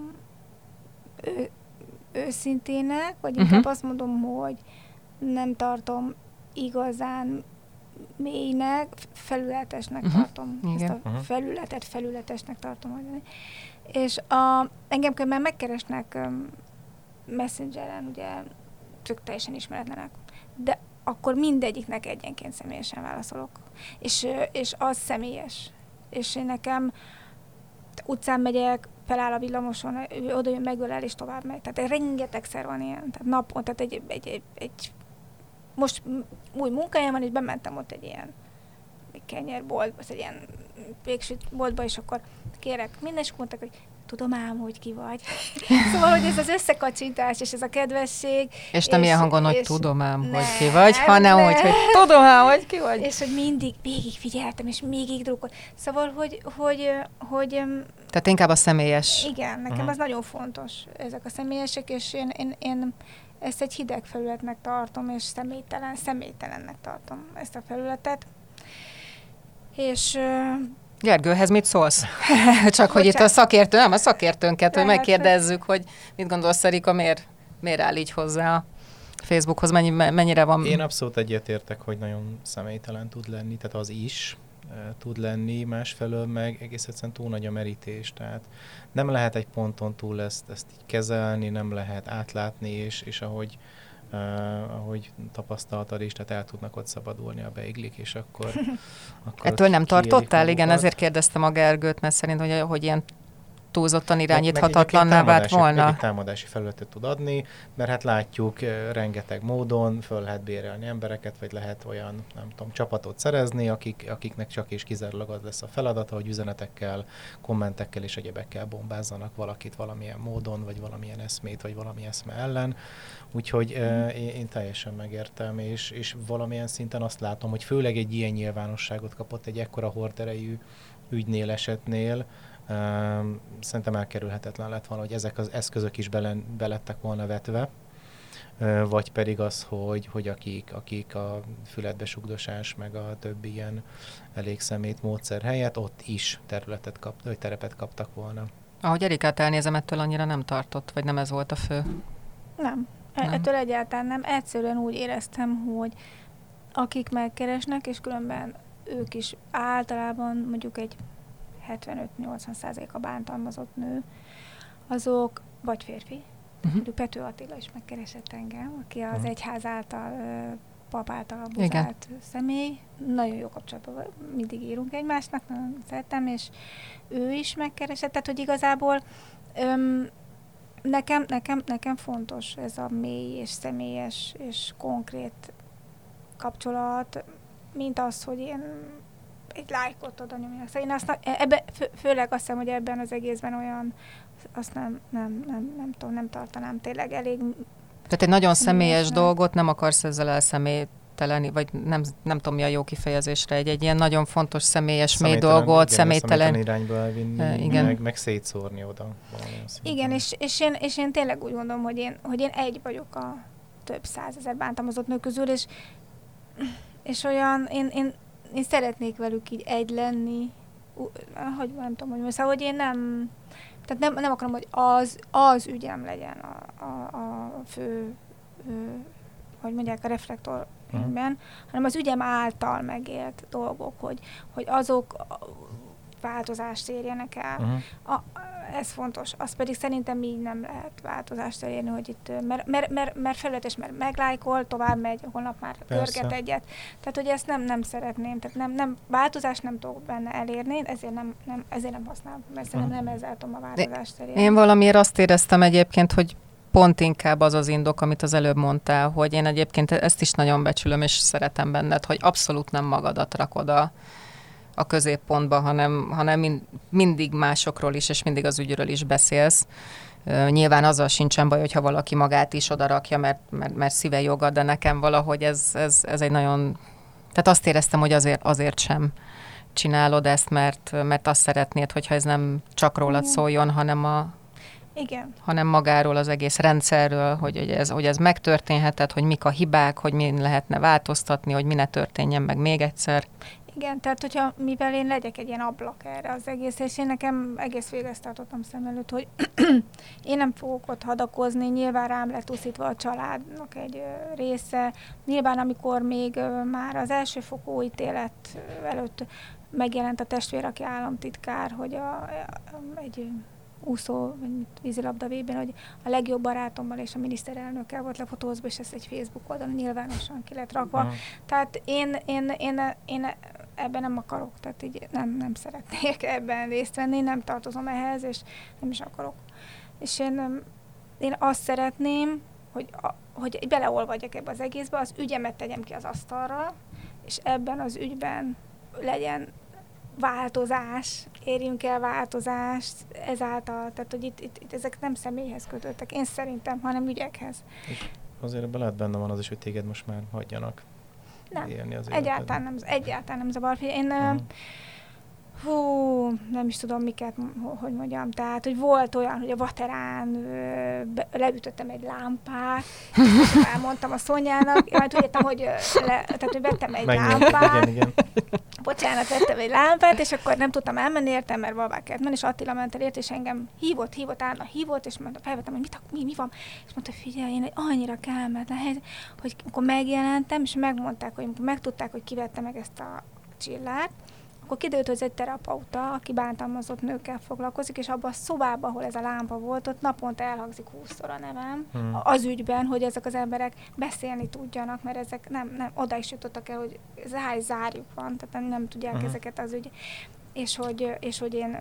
őszintének, vagy inkább azt mondom, hogy nem tartom igazán mélynek, felületesnek tartom. Ezt a felületesnek tartom. És engem már megkeresnek Messengeren, ugye tök teljesen ismeretlenek, de akkor mindegyiknek egyenként személyesen válaszolok. És az személyes. És én nekem utcán megyek, feláll a villamoson, oda jön, megölel, és tovább megy. Tehát rengetegszer van ilyen. Tehát napon, tehát egy most új munkájám van, és bementem ott egy ilyen kenyérboltba, egy ilyen végsütboltba, és akkor kérek minden, és mondták, hogy tudom ám, hogy ki vagy. Szóval, hogy ez az összekacsintás, és ez a kedvesség. És nem ilyen hangon, hogy tudom ám, hogy ki vagy, hanem hogy tudom ám, hogy ki vagy. És hogy mindig végig figyeltem, és végig drukkolt. Szóval, hogy tehát inkább a személyes. Igen, nekem az nagyon fontos, ezek a személyesek, és én ezt egy hideg felületnek tartom, és személytelennek tartom ezt a felületet. És... Gergőhez mit szólsz? Csak hogy itt a szakértőnket, hogy megkérdezzük, hogy mit gondolsz, Erika, miért áll így hozzá a Facebookhoz, mennyire van... Én abszolút egyetértek, hogy nagyon személytelen tud lenni, tehát az is, tud lenni, másfelől meg egész egyszerűen túl nagy a merítés, tehát nem lehet egy ponton túl ezt így kezelni, nem lehet átlátni, és ahogy tapasztaltad is, tehát el tudnak ott szabadulni a beiglik, és akkor ettől nem tartottál? Igen, ezért kérdeztem a Gergőt, mert szerint, hogy ilyen túlzottan irányíthatatlanná vált volna. Meg támadási felületet tud adni, mert hát látjuk rengeteg módon, föl lehet bérelni embereket, vagy lehet olyan, nem tudom, csapatot szerezni, akiknek csak és kizárólag az lesz a feladata, hogy üzenetekkel, kommentekkel és egyebekkel bombázzanak valakit valamilyen módon, vagy valamilyen eszmét, vagy valami eszme ellen. Úgyhogy én teljesen megértem, és valamilyen szinten azt látom, hogy főleg egy ilyen nyilvánosságot kapott egy ekkora horderejű ügynél, esetnél, szerintem elkerülhetetlen lett volna, hogy ezek az eszközök is belettek volna vetve, vagy pedig az, hogy akik a füledbesugdosás, meg a többi ilyen elég szemét módszer helyett ott is terepet kaptak volna. Ahogy Erikát elnézem, ettől annyira nem tartott, vagy nem ez volt a fő? Nem. Ettől egyáltalán nem. Egyszerűen úgy éreztem, hogy akik megkeresnek, és különben ők is általában mondjuk egy 75-80% a bántalmazott nő, azok vagy férfi. Pető Attila is megkeresett engem, aki az egyház által, pap által abuzált személy. Nagyon jó kapcsolatban mindig írunk egymásnak, nagyon szeretem, és ő is megkeresett. Tehát, hogy igazából nekem fontos ez a mély és személyes és konkrét kapcsolat, mint az, hogy én egy lájkot oda nyomjanak. Szóval én főleg azt hiszem, hogy ebben az egészben olyan, azt nem tartanám tényleg elég. Tehát egy nagyon személyes dolgot nem akarsz ezzel elszemélyteleni, vagy nem tudom mi a jó kifejezésre, egy ilyen nagyon fontos személyes mély dolgot, személytelen irányba elvinni, meg szétszórni oda. Igen, és én tényleg úgy gondolom, hogy én egy vagyok a több százezer bántalmazott nő közül, és olyan, én szeretnék velük így egy lenni, hogy nem tudom, hogy szóval, hogy én nem akarom, hogy az ügyem legyen a fő, hogy mondják, a reflektorben, hanem az ügyem által megélt dolgok, hogy azok változást érjenek el. Ez fontos. Az pedig szerintem így nem lehet változást elérni, hogy itt, mert felületes, mert meglájkol, tovább megy, holnap már pörget egyet. Tehát, hogy ezt nem szeretném. Tehát nem változást nem tudok benne elérni, ezért nem használom, mert szerintem nem ezzel tudom a változást elérni. Én valamiért azt éreztem egyébként, hogy pont inkább az az indok, amit az előbb mondtál, hogy én egyébként ezt is nagyon becsülöm, és szeretem benned, hogy abszolút nem magadat rakod a középpontba, hanem mindig másokról is, és mindig az ügyről is beszélsz. Nyilván azzal sincsen baj, hogyha valaki magát is odarakja, mert szíve joga, de nekem valahogy ez egy nagyon... Tehát azt éreztem, hogy azért sem csinálod ezt, mert azt szeretnéd, hogyha ez nem csak rólad szóljon, hanem magáról, az egész rendszerről, hogy ez megtörténhetett, hogy mik a hibák, hogy min lehetne változtatni, hogy mi ne történjen meg még egyszer. Igen, tehát mivel én legyek egy ilyen ablak erre az egész, és én nekem egész végig ezt tartottam szem előtt, hogy én nem fogok ott hadakozni, nyilván rám lett uszítva a családnak egy része, nyilván amikor még már az elsőfokú ítélet előtt megjelent a testvér, aki államtitkár, hogy egy úszó, vízilabda VB-n, hogy a legjobb barátommal és a miniszterelnökkel volt lefotózva, és ezt egy Facebook oldalon nyilvánosan ki lett rakva. Tehát én ebben nem akarok, tehát így nem szeretnék ebben részt venni, nem tartozom ehhez, és nem is akarok. És én azt szeretném, hogy beleolvadjak ebbe az egészbe, az ügyemet tegyem ki az asztalra, és ebben az ügyben legyen változás, érjünk el változást ezáltal, tehát hogy itt ezek nem személyhez kötődtek, én szerintem, hanem ügyekhez. És azért ebben lehet benne van az is, hogy téged most már hagyjanak élni az életed. Egyáltalán nem zavar. Én nem is tudom miket, hogy mondjam, tehát, hogy volt olyan, hogy a Vaterán leütöttem egy lámpát, elmondtam a Szonyának, majd úgy értem, hogy vettem egy lámpát, igen. Bocsánat, vettem egy lámpát, és akkor nem tudtam elmenni, értem, mert valahol kellett menni, és Attila ment el ért, és engem hívott, és felvettem, hogy mi van, és mondta, figyelj, én egy annyira kellemetlen helyzet, hogy akkor megjelentem, és megmondták, hogy megtudták, hogy kivette meg ezt a csillát, akkor kiderült, hogy ez egy terapeuta, aki bántalmazott nőkkel foglalkozik, és abban a szobában, ahol ez a lámpa volt, ott naponta elhangzik 20-szor a nevem az ügyben, hogy ezek az emberek beszélni tudjanak, mert ezek nem oda is jutottak el, hogy zárjuk van, tehát nem tudják ezeket az ügy, és hogy én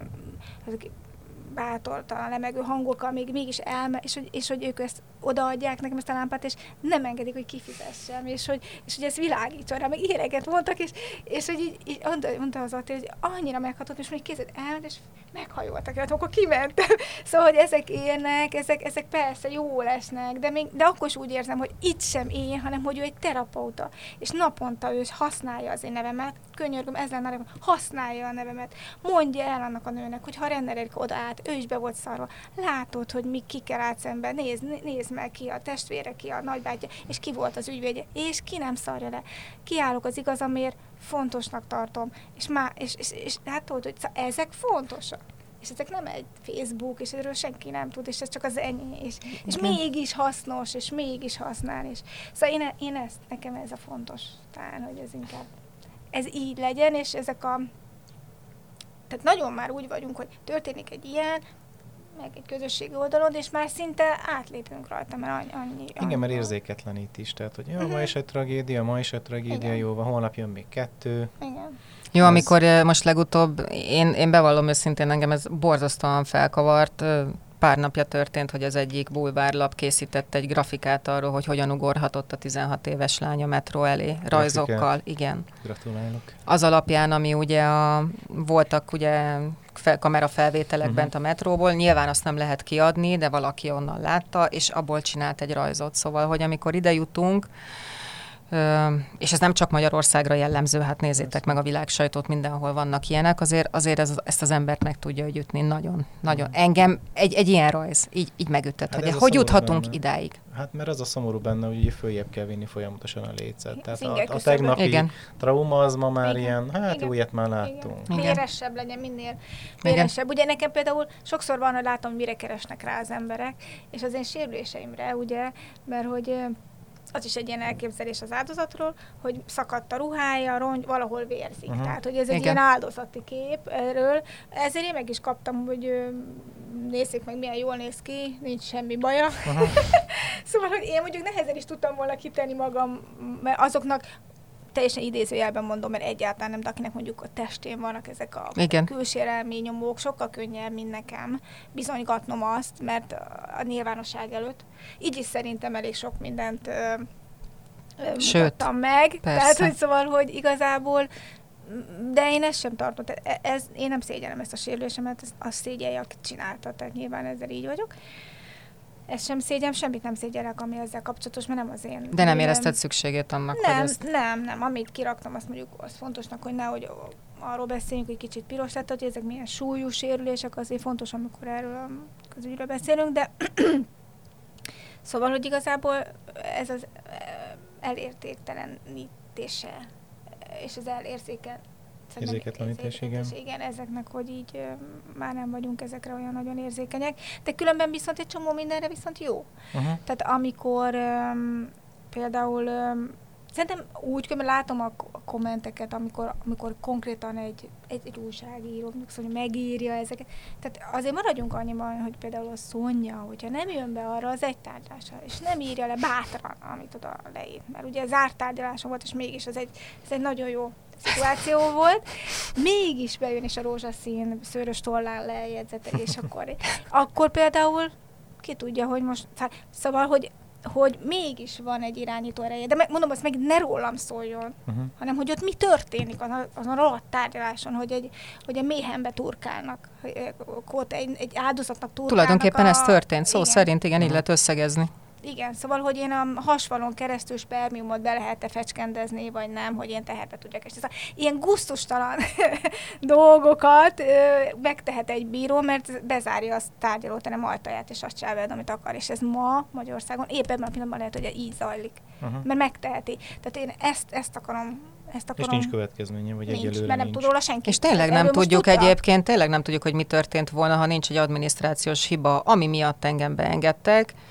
bátortalan, lemegő hangokkal mégis és hogy ők ezt odaadják nekem ezt a lámpát, és nem engedik, hogy kifizessem, és hogy ez világítson rá, meg ilyeneket mondtak, és hogy így mondta az Attila, hogy annyira meghatott, és mondjuk kézed elment, és meghajoltak, hát akkor kimentem. Szóval, hogy ezek élnek, ezek persze jól esnek, de akkor is úgy érzem, hogy itt sem én, hanem hogy ő egy terapeuta, és naponta ő használja az én nevemet, könyörgöm, ez lenne a nevem, használja a nevemet, mondja el annak a nőnek, hogy ha Renner Erika odaállt, ő is be volt szarva, látod, hogy kikkel állt szemben, nézd meg ki a testvére, ki a nagybátyja, és ki volt az ügyvédje, és ki nem szarja le. Kiállok az igazamért, fontosnak tartom, és látod, hogy ezek fontosak. És ezek nem egy Facebook, és erről senki nem tud, és ez csak az enyém, és mégis hasznos, és mégis használ. Szóval én ezt, nekem ez a fontos, talán, hogy ez inkább, ez így legyen, és tehát nagyon már úgy vagyunk, hogy történik egy ilyen, meg egy közösségi oldalon, és már szinte átlépünk rajta, mert annyi. Igen, mert érzéketlenít is, tehát, hogy ma is egy tragédia, Igen. jó van, holnap jön még 2. Igen. Jó, amikor most legutóbb, én bevallom őszintén, engem ez borzasztóan felkavart. Pár napja történt, hogy az egyik bulvárlap készített egy grafikát arról, hogy hogyan ugorhatott a 16 éves lány a metró elé, rajzokkal. Igen. Gratulálok. Az alapján, ami ugye voltak ugye kamerafelvételek bent a metróból, nyilván azt nem lehet kiadni, de valaki onnan látta, és abból csinált egy rajzot. Szóval, hogy amikor ide jutunk, és ez nem csak Magyarországra jellemző, hát nézzétek meg a világsajtót, mindenhol vannak ilyenek, azért ezt az embert meg tudja ütni nagyon, nagyon. Engem egy ilyen rajz így megütött, Hát hogy juthatunk benne idáig. Hát mert az a szomorú benne, hogy följebb kell vinni folyamatosan a lécet. Tehát a tegnapi trauma az ma már ilyen, újat már láttunk. Véresebb legyen, minél véresebb. Ugye nekem például sokszor van, hogy látom, mire keresnek rá az emberek, és az én sérüléseimre, ugye, mert hogy az is egy ilyen elképzelés az áldozatról, hogy szakadt a ruhája, valahol vérzik. Tehát, hogy ez egy ilyen áldozati kép erről. Ezért én meg is kaptam, hogy nézzék meg, milyen jól néz ki, nincs semmi baja. Szóval, hogy én mondjuk nehezen is tudtam volna kitenni magam, mert azoknak teljesen idézőjelben mondom, mert egyáltalán nem, de akinek mondjuk a testén vannak ezek a külsérelmi nyomók, sokkal könnyebb, mint nekem bizonygatnom azt, mert a nyilvánosság előtt. Így is szerintem elég sok mindent mutattam meg. Persze. Tehát, hogy szóval, hogy igazából, de én ezt sem tartom. Én nem szégyellem ezt a sérülésemet, azt szégyelje, akit csinálta, tehát nyilván ezzel így vagyok. Ezt sem szégyellem, semmit nem szégyellek, ami ezzel kapcsolatos, mert nem az én. De nem érezted szükségét annak, hogy ezt... Nem. Amit kiraktam, azt mondjuk az fontosnak, hogy nehogy arról beszéljünk, hogy kicsit piros lett, hogy ezek milyen súlyú sérülések, azért fontos, amikor erről az ügyről beszélünk, de szóval, hogy igazából ez az elértéktelenítése és az érzéketlenítés, igen, ezeknek, hogy így már nem vagyunk ezekre olyan nagyon érzékenyek, de különben viszont egy csomó mindenre viszont jó. Tehát amikor például szerintem úgy, hogy látom a kommenteket, amikor konkrétan egy újságíró szóval megírja ezeket. Tehát azért maradjunk annyiban, hogy például a Szonya, hogyha nem jön be arra az egy tárgyalásra, és nem írja le bátran, amit oda leír. Mert ugye zárt tárgyaláson volt, és mégis ez egy nagyon jó szituáció volt. Mégis bejön, és a rózsaszín szőrös tollán lejegyzetel, és akkor például ki tudja, hogy most... Szóval, hogy mégis van egy irányító ereje. De mondom, azt meg ne rólam szóljon, hanem hogy ott mi történik azon a rohadt tárgyaláson, hogy egy méhenbe turkálnak, ott egy áldozatnak turkálnak. Tulajdonképpen ez történt, szó szerint így lehet összegezni. Igen, szóval, hogy én a hasfalon keresztül spermiumot be lehet-e fecskendezni, vagy nem, hogy én teherbe tudjak. És ilyen gusztustalan dolgokat megtehet egy bíró, mert bezárja a tárgyalóterem ajtaját, és azt csinálja, amit akar. És ez ma Magyarországon épp ebben a pillanatban lehet, hogy így zajlik. Mert megteheti. Tehát én ezt akarom. És nincs következménye, vagy egyelőre mert nem tud róla senki. És tényleg nem tudjuk egyébként, tényleg nem tudjuk, hogy mi történt volna, ha nincs egy adminisztrációs hiba, ami miatt engem beengedtek,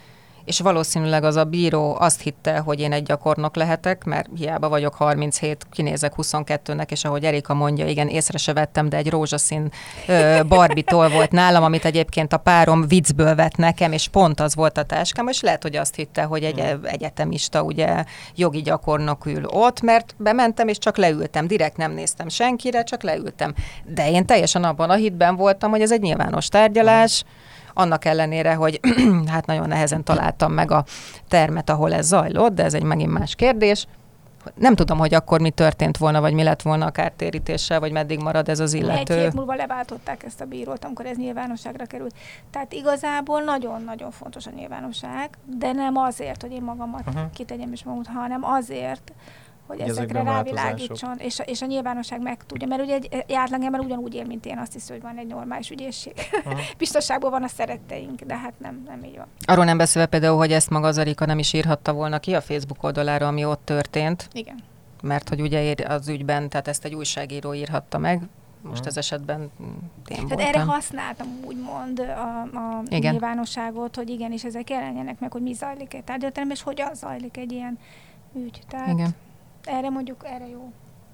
és valószínűleg az a bíró azt hitte, hogy én egy gyakornok lehetek, mert hiába vagyok 37, kinézek 22-nek, és ahogy Erika mondja, igen, észre se vettem, de egy rózsaszín Barbie-tól volt nálam, amit egyébként a párom viccből vett nekem, és pont az volt a táskám, és lehet, hogy azt hitte, hogy egy egyetemista, ugye jogi gyakornok ül ott, mert bementem, és csak leültem, direkt nem néztem senkire, csak leültem. De én teljesen abban a hitben voltam, hogy ez egy nyilvános tárgyalás, annak ellenére, hogy hát nagyon nehezen találtam meg a termet, ahol ez zajlott, de ez egy megint más kérdés. Nem tudom, hogy akkor mi történt volna, vagy mi lett volna a kártérítéssel, vagy meddig marad ez az illető. Egy hét múlva leváltották ezt a bírót, amikor ez nyilvánosságra került. Tehát igazából nagyon-nagyon fontos a nyilvánosság, de nem azért, hogy én magamat kitegyem és magam, hanem azért, hogy ezekre rávilágítson, és a nyilvánosság meg tudja. Mert ugye egy átlagember ugyanúgy él, mint én, azt hiszem, hogy van egy normális ügyészség. Biztonságban van a szeretteink, de hát nem így van. Arról nem beszélve például, hogy ezt maga az Erika nem is írhatta volna ki a Facebook oldalára, ami ott történt. Igen. Mert hogy ugye az ügyben, tehát ezt egy újságíró írhatta meg, most ez esetben én voltam. Tehát erre használtam úgymond a nyilvánosságot, hogy igenis ezek jelenjenek meg, hogy mi zajlik egy tárgyalatelemben, és hogyan zajlik egy ilyen ügy. Tehát igen. Erre jó.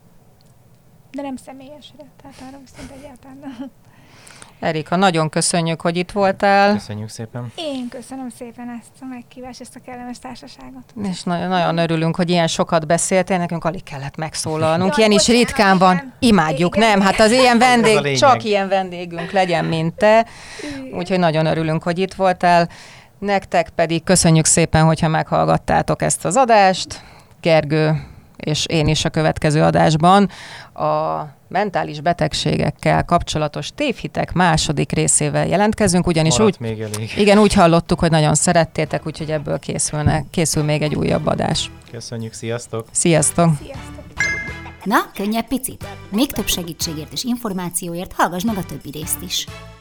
De nem személyesre, tehát arra viszont egyáltalán. Erika, nagyon köszönjük, hogy itt voltál. Köszönjük szépen. Én köszönöm szépen ezt a meghívást, ezt a kellemes társaságot. És nagyon örülünk, hogy ilyen sokat beszéltél, nekünk alig kellett megszólalnunk. Ilyen is ritkán van. Imádjuk, igen. Nem? Hát az ilyen vendég, csak ilyen vendégünk legyen, mint te. Úgyhogy nagyon örülünk, hogy itt voltál. Nektek pedig köszönjük szépen, hogyha meghallgattátok ezt az adást. Gergő és én is a következő adásban a mentális betegségekkel kapcsolatos tévhitek második részével jelentkezünk, ugyanis úgy hallottuk, hogy nagyon szerettétek, úgyhogy ebből készül még egy újabb adás. Köszönjük, sziasztok! Sziasztok! Na, könnyebb picit? Még több segítségért és információért hallgass meg a többi részt is.